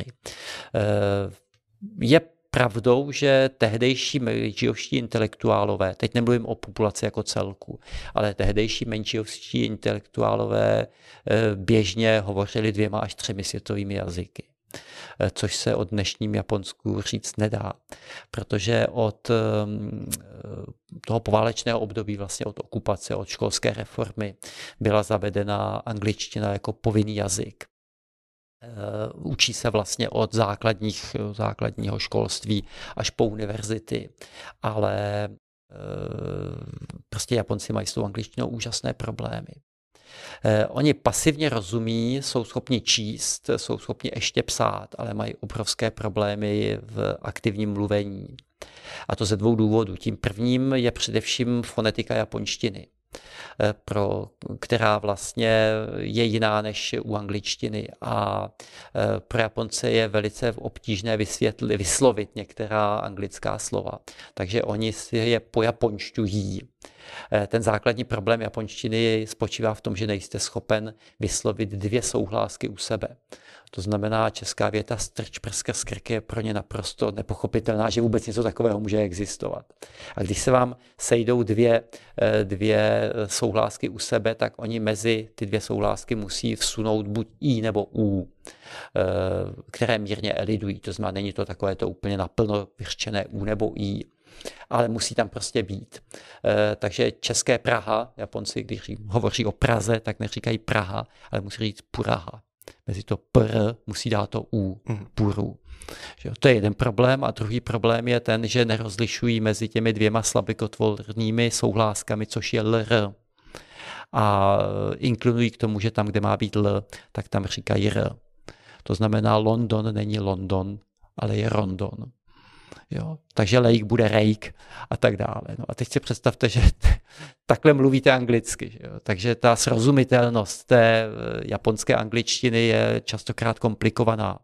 Je pravdou, že tehdejší meidžiovští intelektuálové, teď nemluvím o populaci jako celku, ale tehdejší meidžiovští intelektuálové běžně hovořili 2 až 3 světovými jazyky, což se o dnešním Japonsku říct nedá, protože od toho poválečného období, vlastně od okupace, od školské reformy, byla zavedena angličtina jako povinný jazyk. Učí se vlastně od základního školství až po univerzity, ale prostě Japonci mají s tou angličtinou úžasné problémy. Oni pasivně rozumí, jsou schopni číst, jsou schopni ještě psát, ale mají obrovské problémy v aktivním mluvení. A to ze 2 důvodů. Tím prvním je především fonetika japonštiny, která vlastně je jiná než u angličtiny a pro Japonce je velice obtížné vyslovit některá anglická slova. Takže oni si je pojaponšťují. Ten základní problém japonštiny spočívá v tom, že nejste schopen vyslovit 2 souhlásky u sebe. To znamená, česká věta strč skrz krk je pro ně naprosto nepochopitelná, že vůbec něco takového může existovat. A když se vám sejdou 2 souhlásky u sebe, tak oni mezi ty 2 souhlásky musí vsunout buď i nebo u, které mírně elidují. To znamená, není to takové to úplně naplno vyřčené u nebo i, ale musí tam prostě být. Takže české Praha, Japonci, když hovoří o Praze, tak neříkají Praha, ale musí říct Puraha. Mezi to pr musí dát to u, puru. To je jeden problém a druhý problém je ten, že nerozlišují mezi těmi 2 slabikotvornými souhláskami, což je lr. A inklinují k tomu, že tam, kde má být l, tak tam říkají r. To znamená, London není London, ale je Rondon. Jo? Takže lejk bude rejk a tak dále. No a teď si představte, že takhle mluvíte anglicky. Že jo? Takže ta srozumitelnost té japonské angličtiny je častokrát komplikovaná.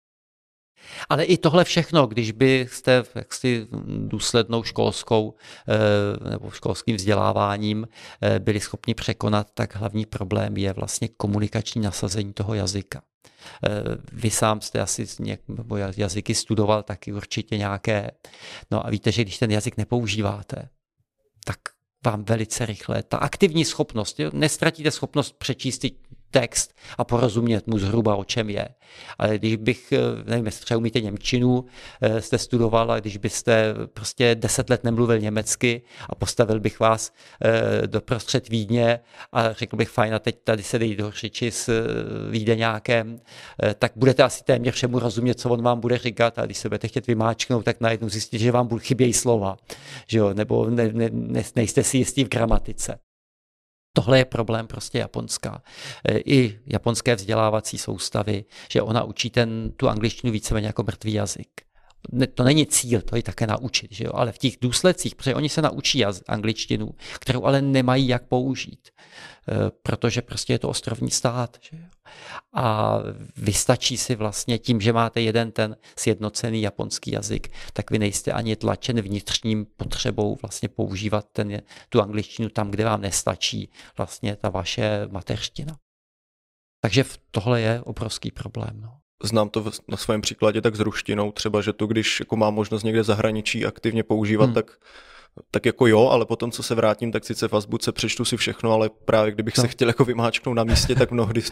Ale i tohle všechno, když byste jaksi důslednou školskou nebo školským vzděláváním byli schopni překonat, tak hlavní problém je vlastně komunikační nasazení toho jazyka. Vy sám jste asi jazyky studoval taky určitě nějaké. No a víte, že když ten jazyk nepoužíváte, tak vám velice rychle ta aktivní schopnost, nestratíte schopnost přečíst text a porozumět mu zhruba, o čem je. Ale když bych, nevím, jestli třeba umíte němčinu, jste studoval a když byste prostě 10 let nemluvil německy a postavil bych vás doprostřed Vídně a řekl bych, fajn, a teď tady se dej do řeči s Vídeňákem, tak budete asi téměř všemu rozumět, co on vám bude říkat, a když se budete chtět vymáčknout, tak najednou zjistíte, že vám chybějí slova, že jo? Nebo nejste si jistí v gramatice. Tohle je problém prostě japonská. I japonské vzdělávací soustavy, že ona učí tu angličtinu víceméně jako mrtvý jazyk. To není cíl, to je také naučit, že jo? Ale v těch důsledcích, protože oni se naučí angličtinu, kterou ale nemají jak použít, protože prostě je to ostrovní stát. Že jo? A vystačí si vlastně tím, že máte jeden ten sjednocený japonský jazyk, tak vy nejste ani tlačen vnitřním potřebou vlastně používat tu angličtinu tam, kde vám nestačí vlastně ta vaše mateřština. Takže tohle je obrovský problém. No. Znám to na svém příkladě tak s ruštinou, třeba, že to, když jako mám možnost někde zahraničí aktivně používat, tak jako jo, ale potom, co se vrátím, tak sice v azbuce přečtu si všechno, ale právě kdybych se chtěl jako vymáčknout na místě, tak mnohdy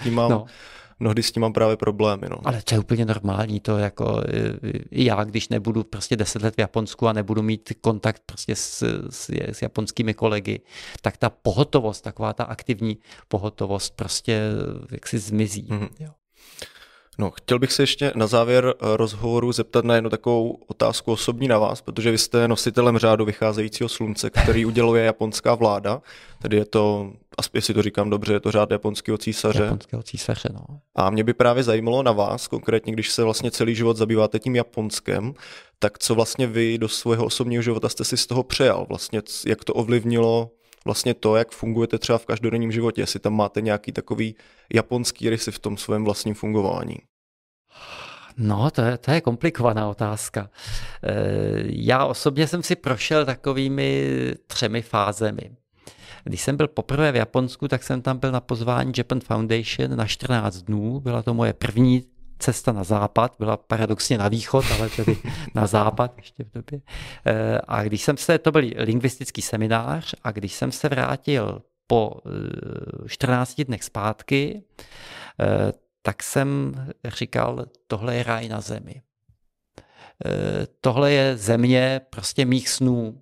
s tím mám právě problémy. No. Ale to je úplně normální, to jako i já, když nebudu prostě 10 let v Japonsku a nebudu mít kontakt prostě s japonskými kolegy, tak ta pohotovost, taková ta aktivní pohotovost prostě jaksi zmizí. Jo. No, chtěl bych se ještě na závěr rozhovoru zeptat na jednu takovou otázku osobní na vás, protože vy jste nositelem řádu vycházejícího slunce, který uděluje japonská vláda. Tedy je to, jestli to říkám dobře, je to řád japonského císaře. Japonského císaře, no. A mě by právě zajímalo na vás, konkrétně když se vlastně celý život zabýváte tím Japonskem, tak co vlastně vy do svého osobního života jste si z toho přejal? Vlastně jak to ovlivnilo vlastně to, jak fungujete třeba v každodenním životě, jestli tam máte nějaký takový japonský rysy v tom svém vlastním fungování. No, to je komplikovaná otázka. Já osobně jsem si prošel takovými 3 fázemi. Když jsem byl poprvé v Japonsku, tak jsem tam byl na pozvání Japan Foundation na 14 dnů. Byla to moje první cesta na západ, byla paradoxně na východ, ale tedy na západ ještě v době. A když to byl lingvistický seminář, a když jsem se vrátil po 14 dnech zpátky, tak jsem říkal, tohle je ráj na zemi. Tohle je země prostě mých snů.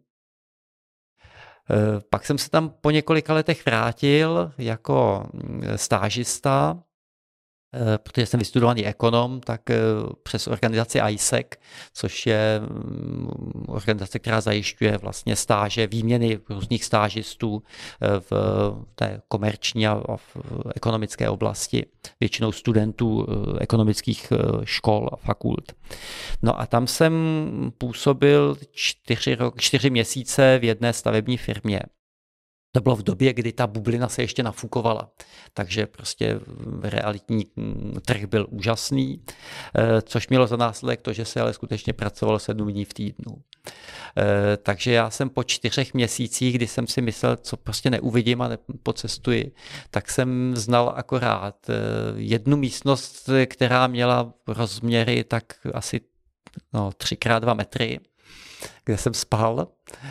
Pak jsem se tam po několika letech vrátil jako stážista, protože jsem vystudovaný ekonom, tak přes organizaci ISEC, což je organizace, která zajišťuje vlastně stáže, výměny různých stážistů v té komerční a v ekonomické oblasti, většinou studentů ekonomických škol a fakult. No a tam jsem působil 4 měsíce v jedné stavební firmě. To bylo v době, kdy ta bublina se ještě nafukovala. Takže prostě realitní trh byl úžasný, což mělo za následek to, že se ale skutečně pracovalo 7 dní v týdnu. Takže já jsem po 4 měsících, kdy jsem si myslel, co prostě neuvidím a pocestuji, tak jsem znal akorát jednu místnost, která měla rozměry tak asi 3x2 metry, kde jsem spal,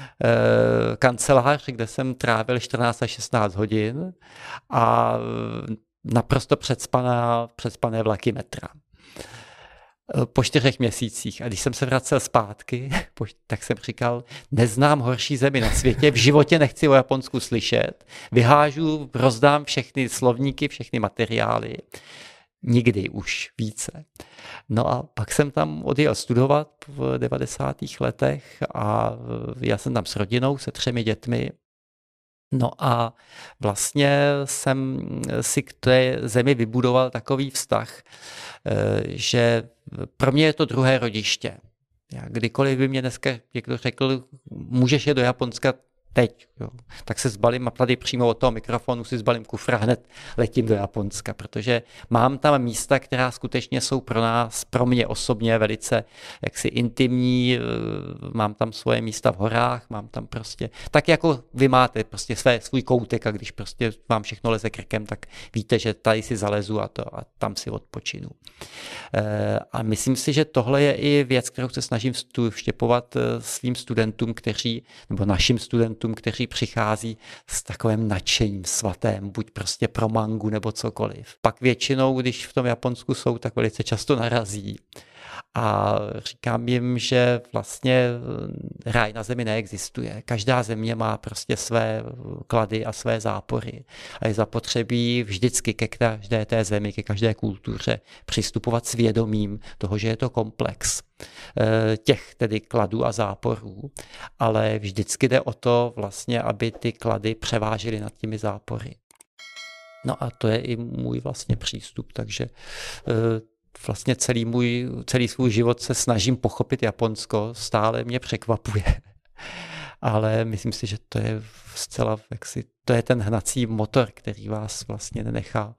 kancelář, kde jsem trávil 14 až 16 hodin a naprosto předspané vlaky metra. Po 4 měsících. A když jsem se vracel zpátky, tak jsem říkal, neznám horší zemi na světě, v životě nechci o Japonsku slyšet, vyhážu, rozdám všechny slovníky, všechny materiály. Nikdy už více. No a pak jsem tam odjel studovat v 90. letech a já jsem tam s rodinou, se 3 dětmi. No a vlastně jsem si k té zemi vybudoval takový vztah, že pro mě je to druhé rodiště. Kdykoliv by mě dneska někdo řekl, můžeš jít do Japonska teď, jo. Tak se zbalím a tady přímo od toho mikrofonu si zbalím kufr a hned letím do Japonska, protože mám tam místa, která skutečně jsou pro mě osobně velice jaksi intimní, mám tam svoje místa v horách, mám tam prostě, tak jako vy máte prostě svůj koutek a když prostě vám všechno leze krkem, tak víte, že tady si zalezu a tam si odpočinu. A myslím si, že tohle je i věc, kterou se snažím vštěpovat svým studentům, nebo našim studentům, turistům, kteří přichází s takovým nadšením svatém, buď prostě pro mangu nebo cokoliv. Pak většinou, když v tom Japonsku jsou, tak velice často narazí. A říkám jim, že vlastně ráj na zemi neexistuje. Každá země má prostě své klady a své zápory. A je zapotřebí vždycky ke každé té zemi, ke každé kultuře přistupovat s vědomím toho, že je to komplex těch tedy kladů a záporů. Ale vždycky jde o to vlastně, aby ty klady převážily nad těmi zápory. No a to je i můj vlastně přístup, takže vlastně celý svůj život se snažím pochopit Japonsko, stále mě překvapuje. Ale myslím si, že to je zcela, to je ten hnací motor, který vás vlastně nenechá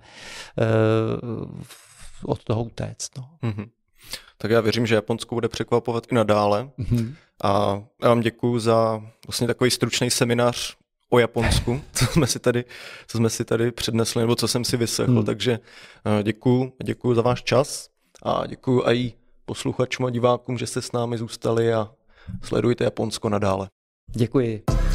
od toho utéct. No. Mm-hmm. Tak já věřím, že Japonsko bude překvapovat i nadále. Mm-hmm. A já vám děkuju za vlastně takový stručný seminář o Japonsku, co jsme si tady přednesli, nebo co jsem si vyslechl. Takže děkuju za váš čas a děkuju i posluchačům a divákům, že jste s námi zůstali a sledujte Japonsko nadále. Děkuji.